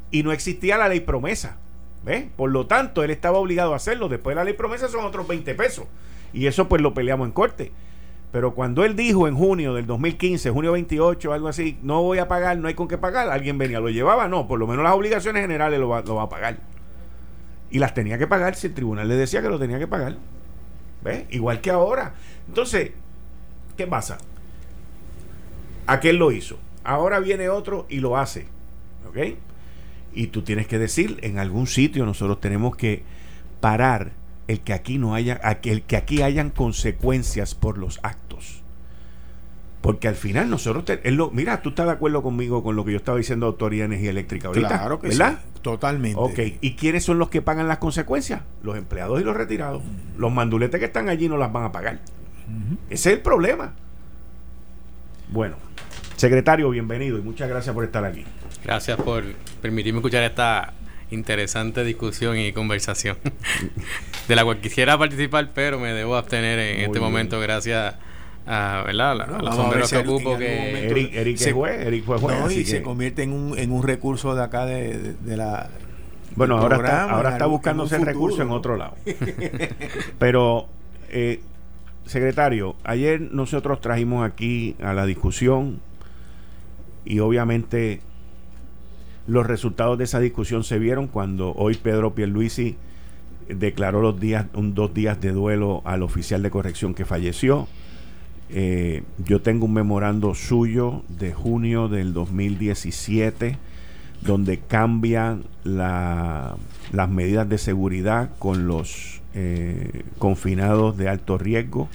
y no existía la ley promesa. ¿Ves? Por lo tanto, él estaba obligado a hacerlo. Después de la ley promesa son otros veinte pesos. Y eso pues lo peleamos en corte. Pero cuando él dijo en junio del dos mil quince, junio veintiocho, algo así, no voy a pagar, no hay con qué pagar, alguien venía, lo llevaba, no, por lo menos las obligaciones generales lo va, lo va a pagar. Y las tenía que pagar si el tribunal le decía que lo tenía que pagar. ¿Ves? Igual que ahora. Entonces, ¿qué pasa? Aquel lo hizo. Ahora viene otro y lo hace. ¿Ok? Y tú tienes que decir, en algún sitio nosotros tenemos que parar el que aquí no haya, el que aquí hayan consecuencias por los actos. Porque al final nosotros te, es lo, mira, tú estás de acuerdo conmigo con lo que yo estaba diciendo de Autoridad de Energía Eléctrica ahorita, claro que ¿verdad? Sí, totalmente. Ok, ¿y quiénes son los que pagan las consecuencias? Los empleados y los retirados. Uh-huh. Los manduletes que están allí no las van a pagar. Uh-huh. Ese es el problema. Bueno, secretario, bienvenido y muchas gracias por estar aquí. Gracias por permitirme escuchar esta interesante discusión y conversación de la cual quisiera participar, pero me debo abstener en Muy este bien. momento gracias a, ¿verdad? La, no, los sombreros que ocupo. Que Eric, Eric se, fue, Eric fue juez, no, y que... se convierte en un, en un recurso de acá de, de, de la bueno, ahora programa, está, ahora está buscándose el recurso en otro lado. Pero eh, secretario, ayer nosotros trajimos aquí a la discusión y obviamente los resultados de esa discusión se vieron cuando hoy Pedro Pierluisi declaró los días, un, dos días de duelo al oficial de corrección que falleció. Eh, yo tengo un memorando suyo de junio del dos mil diecisiete donde cambian la, las medidas de seguridad con los eh, confinados de alto riesgo.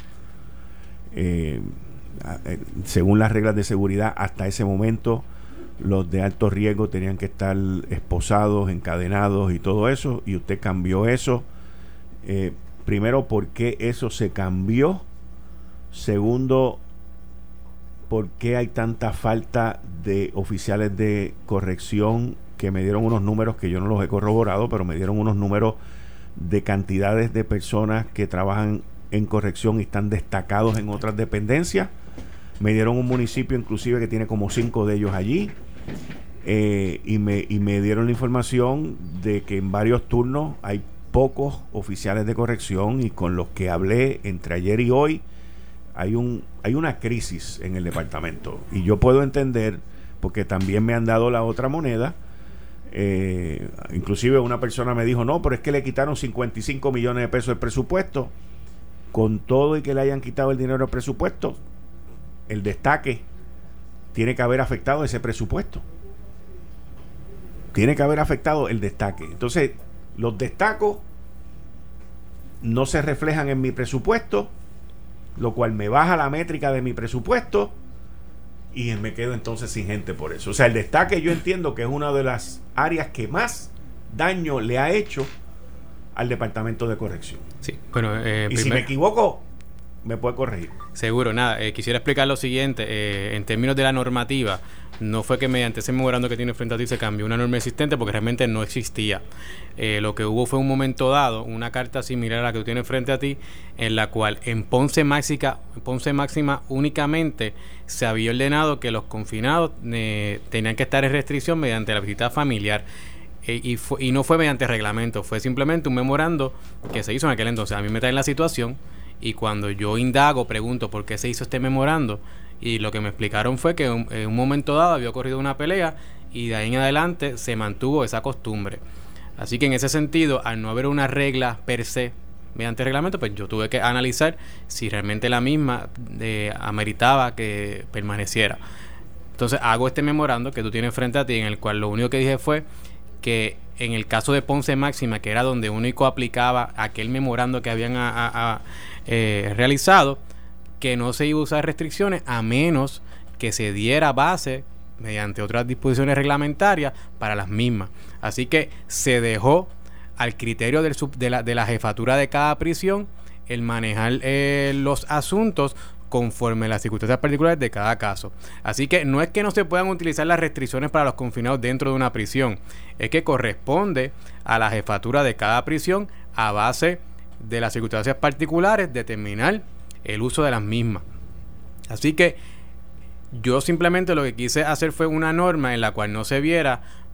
Eh, según las reglas de seguridad, hasta ese momento los de alto riesgo tenían que estar esposados, encadenados y todo eso, y usted cambió eso. Eh, primero, ¿por qué eso se cambió? Segundo, ¿por qué hay tanta falta de oficiales de corrección? Que me dieron unos números que yo no los he corroborado, pero me dieron unos números de cantidades de personas que trabajan en corrección y están destacados en otras dependencias. Me dieron un municipio inclusive que tiene como cinco de ellos allí. Eh, y, me, y me dieron la información de que en varios turnos hay pocos oficiales de corrección, y con los que hablé entre ayer y hoy hay un hay una crisis en el departamento, y yo puedo entender porque también me han dado la otra moneda. Eh, inclusive una persona me dijo, no, pero es que le quitaron cincuenta y cinco millones de pesos del presupuesto. Con todo y que le hayan quitado el dinero del presupuesto, el destaque tiene que haber afectado ese presupuesto. Tiene que haber afectado el destaque. Entonces, los destacos no se reflejan en mi presupuesto, lo cual me baja la métrica de mi presupuesto y me quedo entonces sin gente por eso. O sea, el destaque yo entiendo que es una de las áreas que más daño le ha hecho al departamento de corrección. Sí, bueno, eh, y primer... si me equivoco, me puede corregir. Seguro, nada, eh, quisiera explicar lo siguiente, eh, en términos de la normativa, no fue que mediante ese memorando que tiene frente a ti se cambió una norma existente, porque realmente no existía. Eh, lo que hubo fue un momento dado, una carta similar a la que tú tienes frente a ti, en la cual en Ponce Máxima, Ponce Máxima únicamente se había ordenado que los confinados eh, tenían que estar en restricción mediante la visita familiar. Eh, y, fue, y no fue mediante reglamento, fue simplemente un memorando que se hizo en aquel entonces. A mí me traen la situación y cuando yo indago, pregunto por qué se hizo este memorando, y lo que me explicaron fue que en, en un momento dado había ocurrido una pelea y de ahí en adelante se mantuvo esa costumbre. Así que en ese sentido, al no haber una regla per se mediante reglamento, pues yo tuve que analizar si realmente la misma eh, ameritaba que permaneciera. Entonces hago este memorando que tú tienes frente a ti, en el cual lo único que dije fue que en el caso de Ponce Máxima, que era donde único aplicaba aquel memorando que habían a, a, a, eh, realizado, que no se iba a usar restricciones a menos que se diera base mediante otras disposiciones reglamentarias para las mismas. Así que se dejó al criterio del sub, de, la, de la jefatura de cada prisión el manejar eh, los asuntos conforme a las circunstancias particulares de cada caso. Así que no es que no se puedan utilizar las restricciones para los confinados dentro de una prisión, es que corresponde a la jefatura de cada prisión, a base de las circunstancias particulares, determinar el uso de las mismas. Así que yo simplemente lo que quise hacer fue una norma en la cual no se viera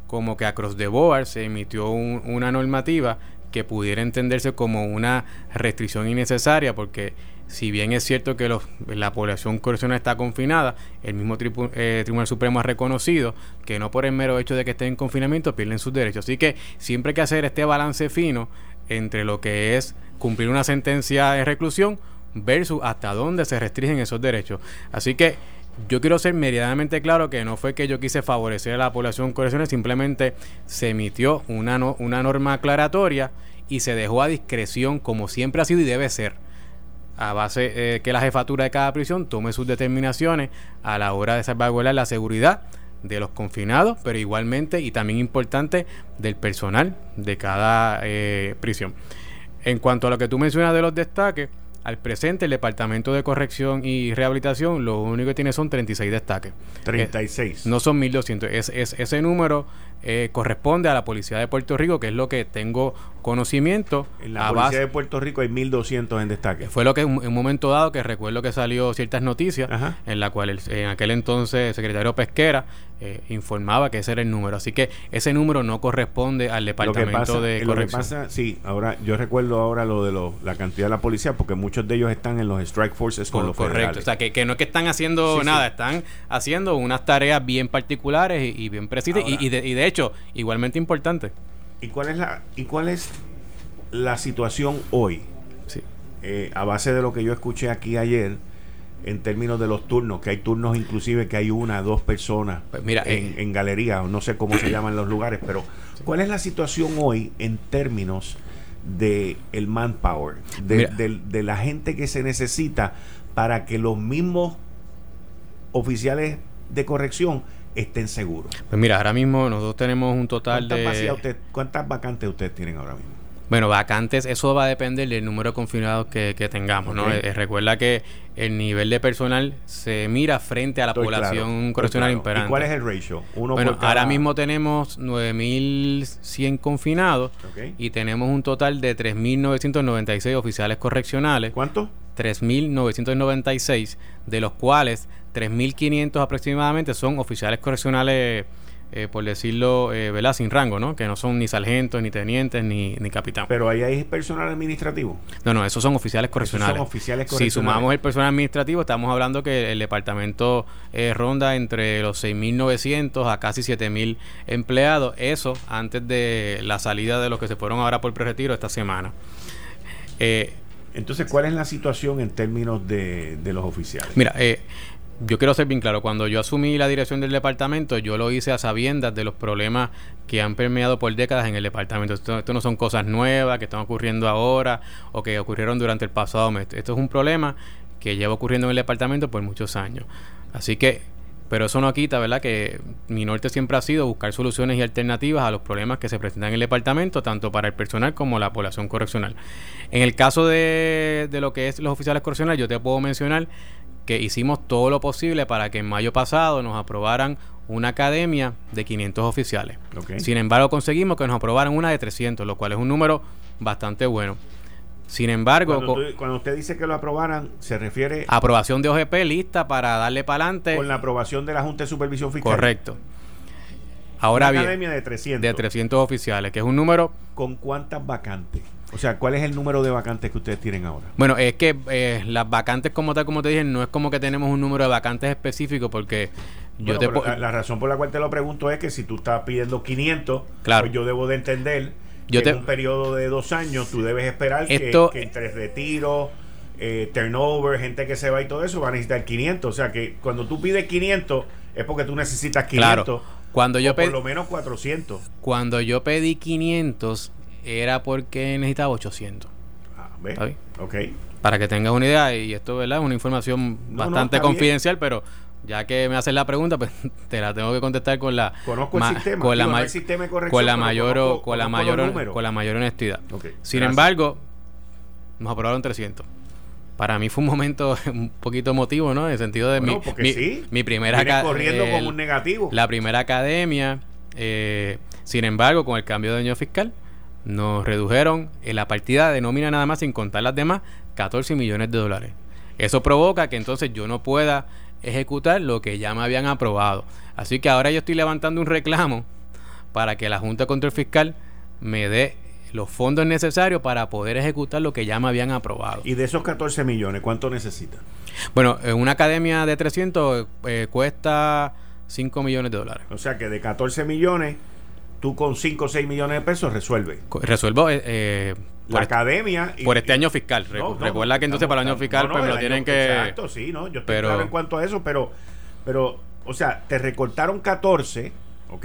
como que across the board se emitió un, una normativa que pudiera entenderse como una restricción innecesaria, porque si bien es cierto que los, la población correccional está confinada, el mismo tribu, eh, Tribunal Supremo ha reconocido que no por el mero hecho de que estén en confinamiento pierden sus derechos. Así que siempre hay que hacer este balance fino entre lo que es cumplir una sentencia de reclusión versus hasta dónde se restringen esos derechos. Así que yo quiero ser meridianamente claro que no fue que yo quise favorecer a la población correccional, simplemente se emitió una, no, una norma aclaratoria y se dejó a discreción, como siempre ha sido y debe ser, a base eh, que la jefatura de cada prisión tome sus determinaciones a la hora de salvaguardar la seguridad de los confinados, pero igualmente y también importante del personal de cada eh, prisión. En cuanto a lo que tú mencionas de los destaques, al presente el Departamento de Corrección y Rehabilitación lo único que tiene son treinta y seis destaques. treinta y seis. Eh, no son mil doscientos. Es, es, ese número eh, corresponde a la Policía de Puerto Rico, que es lo que tengo conocimiento. En la a Policía base, de Puerto Rico hay mil doscientos en destaque. Fue lo que en un momento dado, que recuerdo que salió ciertas noticias, ajá, en la cual el, en aquel entonces el secretario Pesquera eh, informaba que ese era el número. Así que ese número no corresponde al Departamento pasa, de lo Corrección. Que pasa, sí, ahora yo recuerdo ahora lo de lo, la cantidad de la policía, porque muchos de ellos están en los strike forces con Por, los correcto, federales. O sea, que, que no es que están haciendo sí, nada, sí. están haciendo unas tareas bien particulares y, y bien precisas y, y, de, y de hecho igualmente importantes. ¿Y cuál es la y cuál es la situación hoy? Sí. Eh, a base de lo que yo escuché aquí ayer, en términos de los turnos, que hay turnos inclusive que hay una, dos personas pues mira, en, eh, en galería, o no sé cómo se llaman los lugares, pero sí. ¿Cuál es la situación hoy en términos de el manpower, de, de, de la gente que se necesita para que los mismos oficiales de corrección estén seguros? Pues mira, ahora mismo nosotros tenemos un total ¿Cuántas de... Usted, ¿Cuántas vacantes ustedes tienen ahora mismo? Bueno, vacantes, eso va a depender del número de confinados que, que tengamos, okay. ¿no? Eh, recuerda que el nivel de personal se mira frente a la estoy población claro, correccional claro. imperante. ¿Y cuál es el ratio? Uno bueno, por cada... ahora mismo tenemos nueve mil cien confinados, okay, y tenemos un total de tres mil novecientos noventa y seis oficiales correccionales. ¿Cuánto? tres mil novecientos noventa y seis, de los cuales tres mil quinientos aproximadamente son oficiales correccionales, Eh, por decirlo, eh, ¿verdad? Sin rango, ¿no? Que no son ni sargentos, ni tenientes, ni, ni capitán. Pero ahí hay personal administrativo. No, no, esos son oficiales correccionales. Esos son oficiales correccionales. Si sumamos el personal administrativo, estamos hablando que el departamento eh, ronda entre los seis mil novecientos a casi siete mil empleados. Eso antes de la salida de los que se fueron ahora por prerretiro esta semana. Eh, Entonces, ¿cuál es la situación en términos de, de los oficiales? Mira, eh, yo quiero ser bien claro, cuando yo asumí la dirección del departamento, yo lo hice a sabiendas de los problemas que han permeado por décadas en el departamento. Esto, esto no son cosas nuevas que están ocurriendo ahora o que ocurrieron durante el pasado mes. Esto es un problema que lleva ocurriendo en el departamento por muchos años. Así que, pero eso no quita, ¿verdad?, que mi norte siempre ha sido buscar soluciones y alternativas a los problemas que se presentan en el departamento, tanto para el personal como la población correccional. En el caso de, de lo que es los oficiales correccionales, yo te puedo mencionar que hicimos todo lo posible para que en mayo pasado nos aprobaran una academia de quinientos oficiales. Okay. Sin embargo, conseguimos que nos aprobaran una de trescientos, lo cual es un número bastante bueno. Sin embargo... Cuando, tú, cuando usted dice que lo aprobaran, se refiere... Aprobación de O G P lista para darle para adelante... Con la aprobación de la Junta de Supervisión Fiscal. Correcto. Ahora una bien... academia de trescientos. De trescientos oficiales, que es un número... ¿Con cuántas vacantes? O sea, ¿cuál es el número de vacantes que ustedes tienen ahora? Bueno, es que eh, las vacantes como tal, como te dije, no es como que tenemos un número de vacantes específico, porque yo bueno, te po- la, la razón por la cual te lo pregunto es que si tú estás pidiendo quinientos, claro, pues yo debo de entender yo que te, en un periodo de dos años tú debes esperar esto, que, que entre retiro, eh, turnover, gente que se va y todo eso va a necesitar quinientos. O sea, que cuando tú pides quinientos es porque tú necesitas quinientos. Claro, cuando yo o por pedí, lo menos cuatrocientos. Cuando yo pedí quinientos era porque necesitaba ochocientos. ¿Ves? Okay. Para que tengas una idea, y esto, ¿verdad?, es una información no, bastante no, confidencial, bien, pero ya que me haces la pregunta, pues te la tengo que contestar con la conozco ma- el sistema, con la, digo, ma- no el sistema de corrección, con la pero mayor conozco, con la conozco mayor con la mayor honestidad. Okay, sin gracias. embargo, nos aprobaron trescientos. Para mí fue un momento un poquito emotivo, ¿no? En el sentido de bueno, mi, mi, sí. mi primera academia corriendo el, como un negativo. La primera academia, eh, sin embargo, con el cambio de año fiscal nos redujeron en la partida de nómina nada más, sin contar las demás, catorce millones de dólares. Eso provoca que entonces yo no pueda ejecutar lo que ya me habían aprobado. Así que ahora yo estoy levantando un reclamo para que la Junta de Control Fiscal me dé los fondos necesarios para poder ejecutar lo que ya me habían aprobado. Y de esos catorce millones, ¿cuánto necesita? Bueno, una academia de trescientos eh, cuesta cinco millones de dólares. O sea que de catorce millones, tú con cinco o seis millones de pesos resuelves. Resuelvo eh, eh, la academia y, por este y, año fiscal. No, no, Recuerda que entonces estamos, para el año fiscal no, no, pues me lo tienen año, que... Exacto, sí, no, yo estoy pero, claro en cuanto a eso, pero, pero, o sea, te recortaron catorce, ¿ok?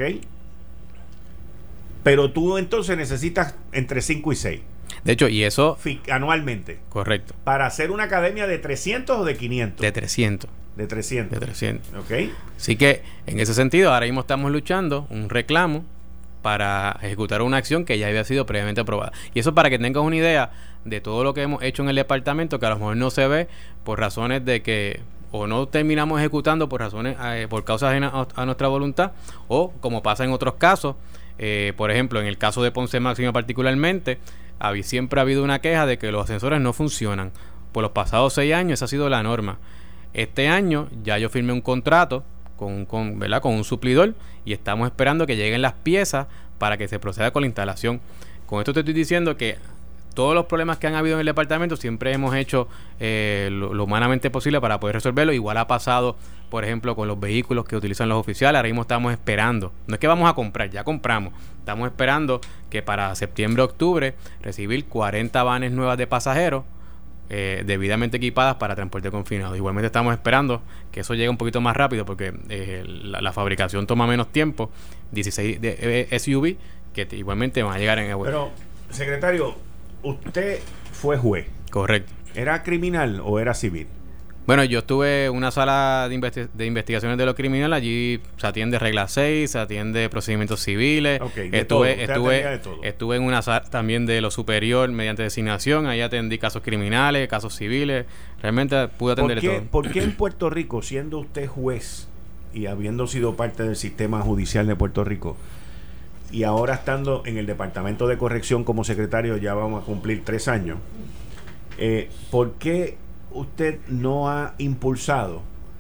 Pero tú entonces necesitas entre cinco y seis. De hecho, y eso... anualmente. Correcto. Para hacer una academia de trescientos o de quinientos. De trescientos. De trescientos. De trescientos. Ok. Así que, en ese sentido, ahora mismo estamos luchando un reclamo para ejecutar una acción que ya había sido previamente aprobada. Y eso para que tengas una idea de todo lo que hemos hecho en el departamento, que a lo mejor no se ve por razones de que o no terminamos ejecutando por razones, eh, por causas ajenas a, a nuestra voluntad, o como pasa en otros casos, eh, por ejemplo, en el caso de Ponce Máximo particularmente, había, siempre ha habido una queja de que los ascensores no funcionan. Por los pasados seis años esa ha sido la norma. Este año ya yo firmé un contrato con, con, ¿verdad? con un suplidor y estamos esperando que lleguen las piezas para que se proceda con la instalación. Con esto te estoy diciendo que todos los problemas que han habido en el departamento siempre hemos hecho eh, lo, lo humanamente posible para poder resolverlo. Igual ha pasado, por ejemplo, con los vehículos que utilizan los oficiales. Ahora mismo estamos esperando, no es que vamos a comprar, ya compramos, estamos esperando que para septiembre, octubre recibir cuarenta vanes nuevas de pasajeros eh, debidamente equipadas para transporte confinado. Igualmente estamos esperando que eso llegue un poquito más rápido porque eh, la, la fabricación toma menos tiempo. dieciséis de, eh, S U V que te, igualmente van a llegar en el web. Pero, secretario, usted fue juez. Correcto. ¿Era criminal o era civil? Bueno, yo estuve en una sala de, investi- de investigaciones de lo criminal. Allí se atiende regla seis, se atiende procedimientos civiles. Okay, de estuve todo. estuve de todo. estuve en una sala también de lo superior mediante designación. Ahí atendí casos criminales, casos civiles. Realmente pude atender ¿Por qué, todo. ¿Por qué en Puerto Rico, siendo usted juez y habiendo sido parte del sistema judicial de Puerto Rico, y ahora estando en el Departamento de Corrección como secretario, ya vamos a cumplir tres años, eh, ¿por qué usted no ha impulsado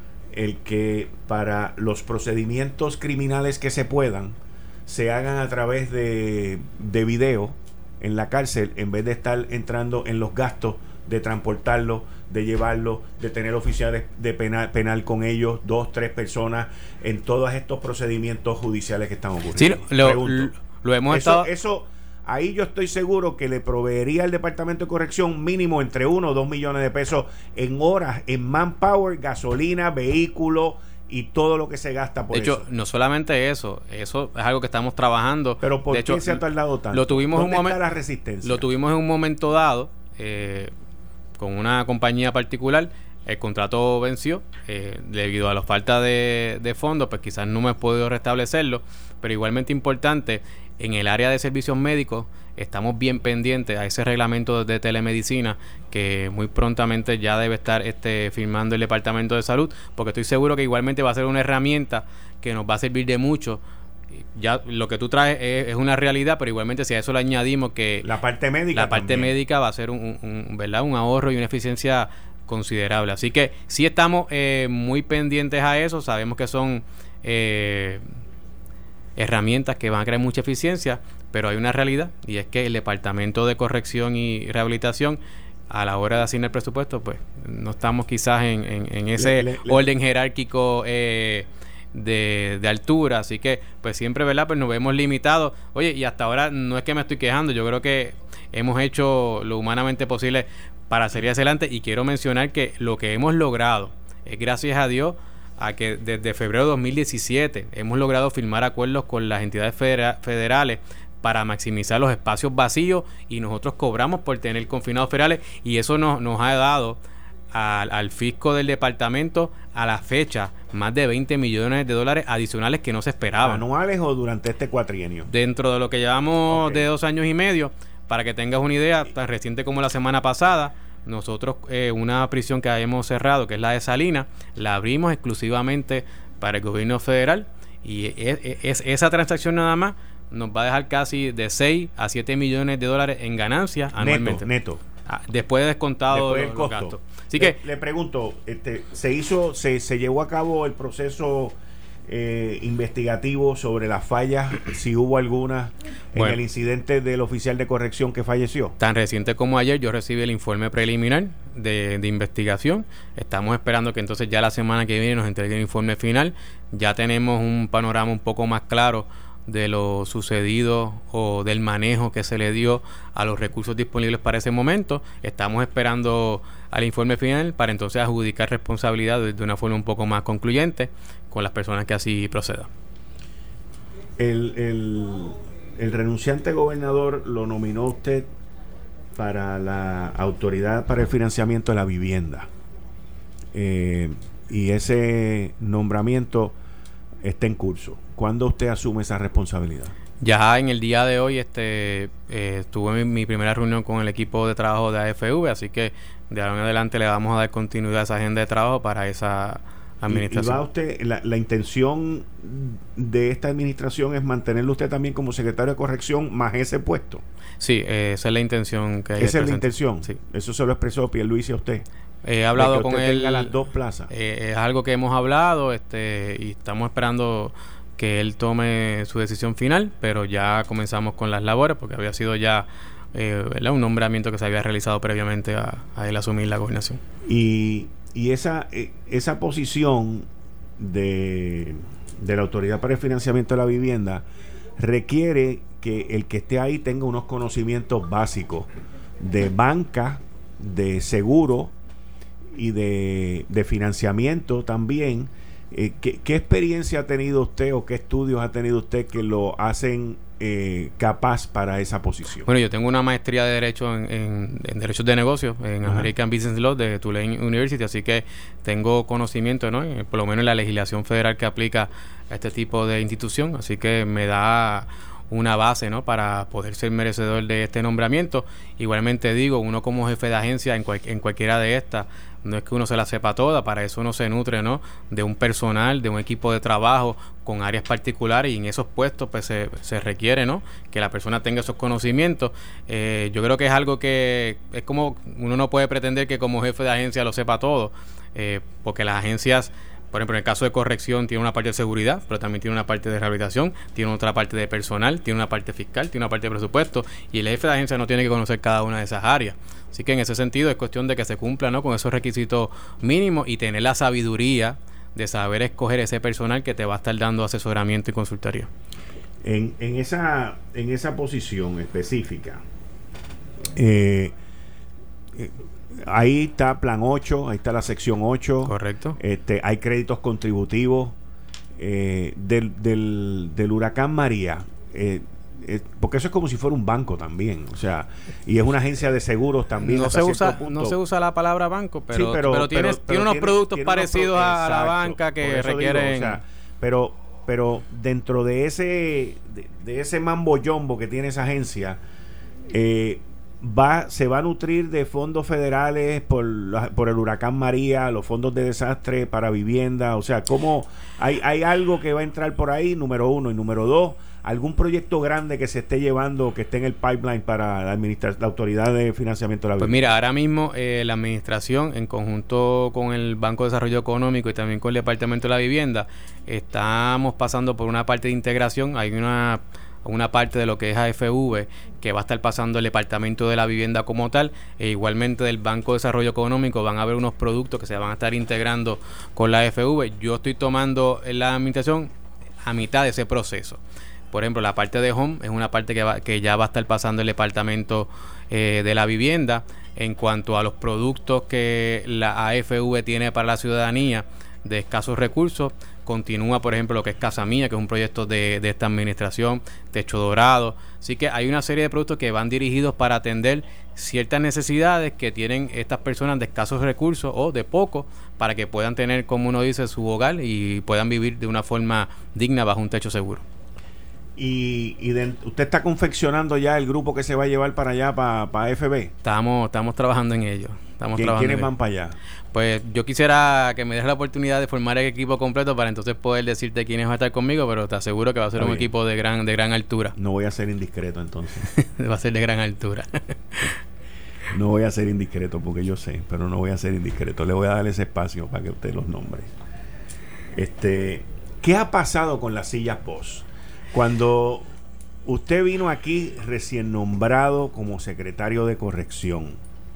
el que para los procedimientos criminales que se puedan se hagan a través de, de video en la cárcel, en vez de estar entrando en los gastos de transportarlo, de llevarlo, de tener oficiales de penal, penal con ellos, dos, tres personas en todos estos procedimientos judiciales que están ocurriendo? Sí, lo, lo, lo hemos eso, estado... Eso, ahí yo estoy seguro que le proveería al Departamento de Corrección mínimo entre uno o dos millones de pesos en horas, en manpower, gasolina, vehículo y todo lo que se gasta por eso. De hecho, eso. no solamente eso, eso es algo que estamos trabajando. Pero ¿por de qué hecho, se ha tardado tanto? Lo tuvimos ¿Dónde un momento, está la resistencia? Lo tuvimos en un momento dado eh, con una compañía particular. El contrato venció eh, debido a la falta de, de fondos, pues quizás no me he podido restablecerlo, pero igualmente importante, en el área de servicios médicos estamos bien pendientes a ese reglamento de telemedicina que muy prontamente ya debe estar este firmando el Departamento de Salud, porque estoy seguro que igualmente va a ser una herramienta que nos va a servir de mucho. Ya lo que tú traes es, es una realidad, pero igualmente si a eso le añadimos que la parte médica la parte también. médica va a ser un, un, ¿verdad? un ahorro y una eficiencia considerable. Así que sí estamos eh, muy pendientes a eso. Sabemos que son eh, herramientas que van a crear mucha eficiencia, pero hay una realidad, y es que el Departamento de Corrección y Rehabilitación, a la hora de asignar el presupuesto, pues no estamos quizás en, en, en ese le, le, le, orden jerárquico eh, de, de altura. Así que pues siempre, ¿verdad? Pues nos vemos limitados. Oye, y hasta ahora no es que me estoy quejando, yo creo que hemos hecho lo humanamente posible para salir adelante, y quiero mencionar que lo que hemos logrado es gracias a Dios a que desde febrero de dos mil diecisiete hemos logrado firmar acuerdos con las entidades federa- federales para maximizar los espacios vacíos, y nosotros cobramos por tener confinados federales, y eso nos, nos ha dado al, al fisco del departamento a la fecha más de veinte millones de dólares adicionales que no se esperaban. ¿Anuales o durante este cuatrienio? Dentro de lo que llevamos okay. de dos años y medio. Para que tengas una idea, tan reciente como la semana pasada, nosotros eh, una prisión que hemos cerrado, que es la de Salinas, la abrimos exclusivamente para el gobierno federal, y es, es, esa transacción nada más nos va a dejar casi de seis a siete millones de dólares en ganancias anualmente. Neto, neto. Ah, después de descontado después los, los gastos. Así le, que le pregunto, este, se hizo, se, se llevó a cabo el proceso eh, investigativo sobre las fallas, si hubo alguna, bueno, en el incidente del oficial de corrección que falleció? Tan reciente como ayer yo recibí el informe preliminar de, de investigación. Estamos esperando que entonces ya la semana que viene nos entreguen el informe final. Ya tenemos un panorama un poco más claro de lo sucedido o del manejo que se le dio a los recursos disponibles para ese momento. Estamos esperando al informe final para entonces adjudicar responsabilidades de una forma un poco más concluyente con las personas que así procedan. El, el, el renunciante gobernador lo nominó usted para la Autoridad para el Financiamiento de la Vivienda. Eh, y ese nombramiento está en curso. ¿Cuándo usted asume esa responsabilidad? Ya en el día de hoy este eh, tuve mi, mi primera reunión con el equipo de trabajo de A F V, así que de ahora en adelante le vamos a dar continuidad a esa agenda de trabajo para esa administración. ¿Y, y va usted, la, la intención de esta administración es mantenerlo usted también como secretario de corrección más ese puesto? Sí, eh, esa es la intención que hay. ¿Esa es la intención? Sí. Eso se lo expresó Pierluisi a usted. He hablado que con usted él. Tenga las dos plazas. Eh, es algo que hemos hablado, este, y estamos esperando que él tome su decisión final, pero ya comenzamos con las labores porque había sido ya eh, un nombramiento que se había realizado previamente a, a él asumir la gobernación. Y, y esa, eh, esa posición de, de la Autoridad para el Financiamiento de la Vivienda requiere que el que esté ahí tenga unos conocimientos básicos de banca, de seguro y de, de financiamiento también. Eh, ¿qué, ¿Qué experiencia ha tenido usted o qué estudios ha tenido usted que lo hacen eh, capaz para esa posición? Bueno, yo tengo una maestría de Derecho en, en, en Derechos de Negocios en Ajá. American Business Law de Tulane University, así que tengo conocimiento, ¿no? Eh, por lo menos en la legislación federal que aplica a este tipo de institución, así que me da una base, ¿no? Para poder ser merecedor de este nombramiento. Igualmente digo, uno como jefe de agencia en, cual, en cualquiera de estas, no es que uno se la sepa toda, para eso uno se nutre, ¿no? De un personal, de un equipo de trabajo con áreas particulares, y en esos puestos pues se, se requiere, ¿no? Que la persona tenga esos conocimientos. Eh, yo creo que es algo que es como, uno no puede pretender que como jefe de agencia lo sepa todo, eh, porque las agencias, por ejemplo, en el caso de corrección tiene una parte de seguridad, pero también tiene una parte de rehabilitación, tiene otra parte de personal, tiene una parte fiscal, tiene una parte de presupuesto, y el jefe de agencia no tiene que conocer cada una de esas áreas. Así que en ese sentido es cuestión de que se cumpla, ¿no? Con esos requisitos mínimos y tener la sabiduría de saber escoger ese personal que te va a estar dando asesoramiento y consultoría. En, en, esa, en esa posición específica, eh, eh, ahí está plan ocho, ahí está la sección ocho. Correcto. Este, hay créditos contributivos eh, del, del, del huracán María. Eh, eh, porque eso es como si fuera un banco también. O sea, y es una agencia de seguros también. No, se usa, no se usa la palabra banco, pero, sí, pero, pero, tiene, pero, pero tiene unos tiene, productos tiene parecidos unos pro, a exacto, la banca que requieren. Digo, o sea, pero, pero dentro de ese, de, de ese mambo jumbo que tiene esa agencia, eh, Va, se va a nutrir de fondos federales por, la, por el huracán María, los fondos de desastre para vivienda. O sea, ¿cómo hay, hay algo que va a entrar por ahí? Número uno. Y número dos, algún proyecto grande que se esté llevando, que esté en el pipeline para la, administra- la Autoridad de Financiamiento de la Vivienda. Pues mira, ahora mismo eh, la administración, en conjunto con el Banco de Desarrollo Económico y también con el Departamento de la Vivienda, estamos pasando por una parte de integración. Hay una una parte de lo que es A F V que va a estar pasando el Departamento de la Vivienda como tal, e igualmente del Banco de Desarrollo Económico van a haber unos productos que se van a estar integrando con la A F V. Yo estoy tomando la administración a mitad de ese proceso. Por ejemplo, la parte de Home es una parte que, va, que ya va a estar pasando el Departamento eh, de la Vivienda. En cuanto a los productos que la A F V tiene para la ciudadanía de escasos recursos, continúa, por ejemplo, lo que es Casa Mía, que es un proyecto de, de esta administración, Techo Dorado. Así que hay una serie de productos que van dirigidos para atender ciertas necesidades que tienen estas personas de escasos recursos o de poco, para que puedan tener, como uno dice, su hogar y puedan vivir de una forma digna bajo un techo seguro. Y, y de, usted está confeccionando ya el grupo que se va a llevar para allá, para, para F B. Estamos, estamos trabajando en ello. Estamos ¿Quién, trabajando ¿Quiénes en van ello. para allá? Pues yo quisiera que me des la oportunidad de formar el equipo completo para entonces poder decirte quiénes van a estar conmigo, pero te aseguro que va a ser Está un bien. equipo de gran, de gran altura. No voy a ser indiscreto entonces. Va a ser de gran altura. No voy a ser indiscreto porque yo sé, pero no voy a ser indiscreto. Le voy a dar ese espacio para que usted los nombre. Este, ¿qué ha pasado con las sillas Bosch? Cuando usted vino aquí recién nombrado como secretario de corrección,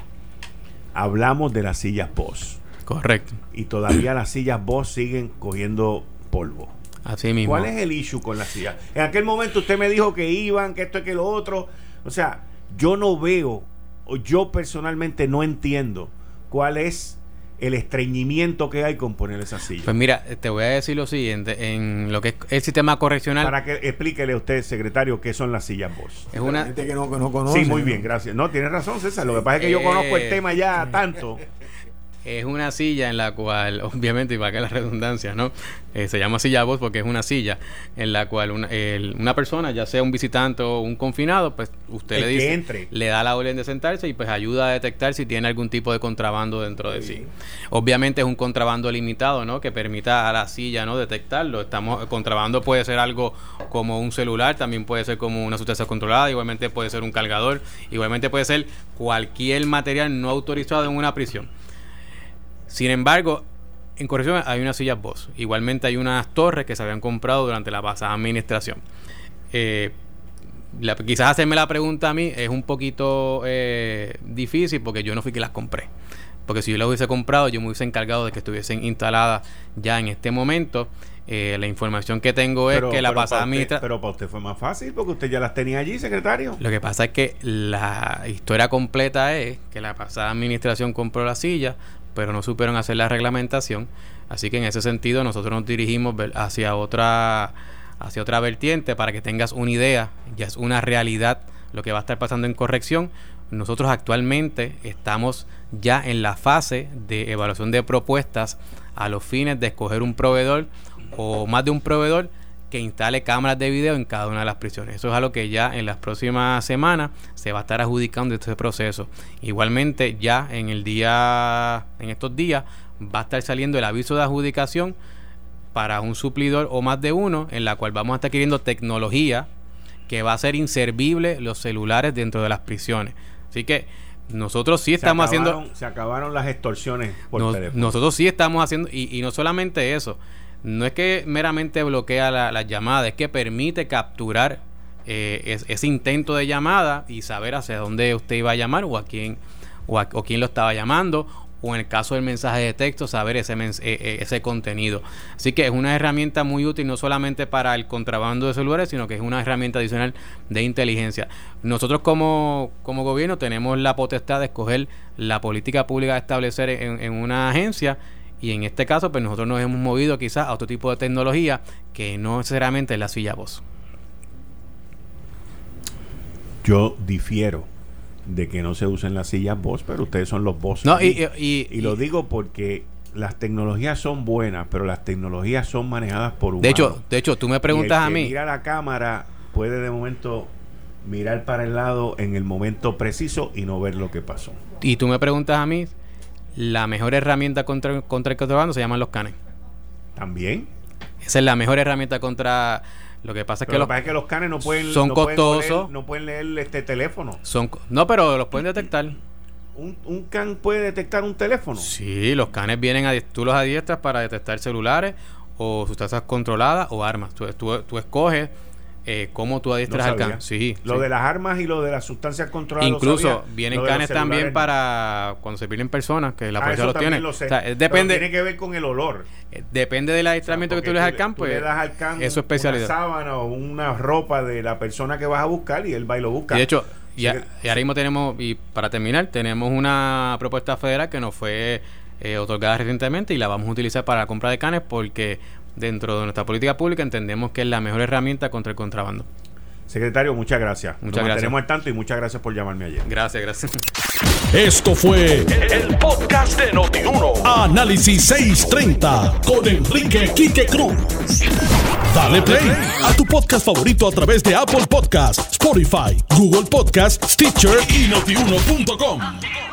hablamos de las sillas Bosch. Correcto. Y todavía las sillas Bosch siguen cogiendo polvo. Así mismo. ¿Cuál es el issue con las sillas? En aquel momento usted me dijo que iban, que esto y que lo otro. O sea, yo no veo, o yo personalmente no entiendo cuál es el estreñimiento que hay con poner esas sillas. Pues mira, te voy a decir lo siguiente, en lo que es el sistema correccional. Para que explíquele a usted, secretario, qué son las sillas Bosch. Es una gente que no, que no conoce. Sí, muy bien, gracias. No, tiene razón, César. Lo que pasa es que yo conozco el tema ya tanto. Es una silla en la cual, obviamente, y para que la redundancia, ¿no? Eh, se llama silla Bosch porque es una silla en la cual una, el, una persona, ya sea un visitante o un confinado, pues usted el le dice, entre. le da la orden de sentarse y pues ayuda a detectar si tiene algún tipo de contrabando dentro de sí. sí. Obviamente es un contrabando limitado, ¿no? Que permita a la silla, ¿no? Detectarlo. Estamos, el contrabando puede ser algo como un celular, también puede ser como una sustancia controlada, igualmente puede ser un cargador, igualmente puede ser cualquier material no autorizado en una prisión. Sin embargo, en corrección hay unas sillas Bosch. Igualmente hay unas torres que se habían comprado durante la pasada administración. Eh, la, quizás hacerme la pregunta a mí es un poquito eh, difícil porque yo no fui que las compré. Porque si yo las hubiese comprado, yo me hubiese encargado de que estuviesen instaladas ya en este momento. Eh, la información que tengo es pero, que la pero pasada para usted, administración... Pero para usted fue más fácil porque usted ya las tenía allí, secretario. Lo que pasa es que la historia completa es que la pasada administración compró la silla, pero no supieron hacer la reglamentación. Así que en ese sentido nosotros nos dirigimos hacia otra hacia otra vertiente. Para que tengas una idea, ya es una realidad lo que va a estar pasando en corrección. Nosotros actualmente estamos ya en la fase de evaluación de propuestas a los fines de escoger un proveedor o más de un proveedor que instale cámaras de video en cada una de las prisiones. Eso es algo que ya en las próximas semanas se va a estar adjudicando este proceso. Igualmente ya en el día, en estos días va a estar saliendo el aviso de adjudicación para un suplidor o más de uno, en la cual vamos a estar adquiriendo tecnología que va a hacer inservible los celulares dentro de las prisiones. Así que nosotros sí estamos se acabaron, haciendo... Se acabaron las extorsiones por nos, teléfono. Nosotros sí estamos haciendo... Y, y no solamente eso. No es que meramente bloquea la, la llamada, es que permite capturar eh, es, ese intento de llamada y saber hacia dónde usted iba a llamar o a quién o, a, o quién lo estaba llamando, o en el caso del mensaje de texto, saber ese, mens- eh, ese contenido. Así que es una herramienta muy útil no solamente para el contrabando de celulares, sino que es una herramienta adicional de inteligencia. Nosotros como, como gobierno tenemos la potestad de escoger la política pública a establecer en, en una agencia. Y en este caso, pues nosotros nos hemos movido quizás a otro tipo de tecnología que no necesariamente es la silla Bosch. Yo difiero de que no se usen las sillas Bosch, pero ustedes son los Bosch. No, y, y, y, y lo digo porque las tecnologías son buenas, pero las tecnologías son manejadas por humanos. De hecho, de hecho, tú me preguntas y el a que mí. mira la cámara puede de momento mirar para el lado en el momento preciso y no ver lo que pasó. Y tú me preguntas a mí. La mejor herramienta contra, contra el contrabando se llaman los canes. ¿También? Esa es la mejor herramienta contra... Lo que pasa es pero que, lo los, que pasa es que los canes no pueden... son no costosos. Pueden leer, no pueden leer este teléfono. Son, no, pero los pueden detectar. ¿Un, ¿Un can puede detectar un teléfono? Sí, los canes vienen a... Tú los adiestras para detectar celulares o sustancias controladas o armas. Tú, tú, tú escoges... Eh, ¿Cómo tú adiestras no al can? Sí, lo sí. de las armas y lo de las sustancias controladas. Incluso vienen canes también para cuando se pierden personas, que la ah, policía los tiene. Lo sé. O sea, depende, Pero tiene que ver con el olor. Eh, depende del adiestramiento o sea, que tú le das al can, pues. Tú le das al can eso es especialidad. Una sábana o una ropa de la persona que vas a buscar y él va y lo busca. Y de hecho, y, a, que, y ahora mismo tenemos, y para terminar, tenemos una propuesta federal que nos fue eh, otorgada recientemente y la vamos a utilizar para la compra de canes porque dentro de nuestra política pública entendemos que es la mejor herramienta contra el contrabando. Secretario, muchas gracias. Muchas Nos gracias. mantenemos al tanto y muchas gracias por llamarme ayer. Gracias, gracias. Esto fue el podcast de Noti uno. Análisis seiscientos treinta con Enrique Quique Cruz. Dale play a tu podcast favorito a través de Apple Podcasts, Spotify, Google Podcasts, Stitcher y notiuno punto com.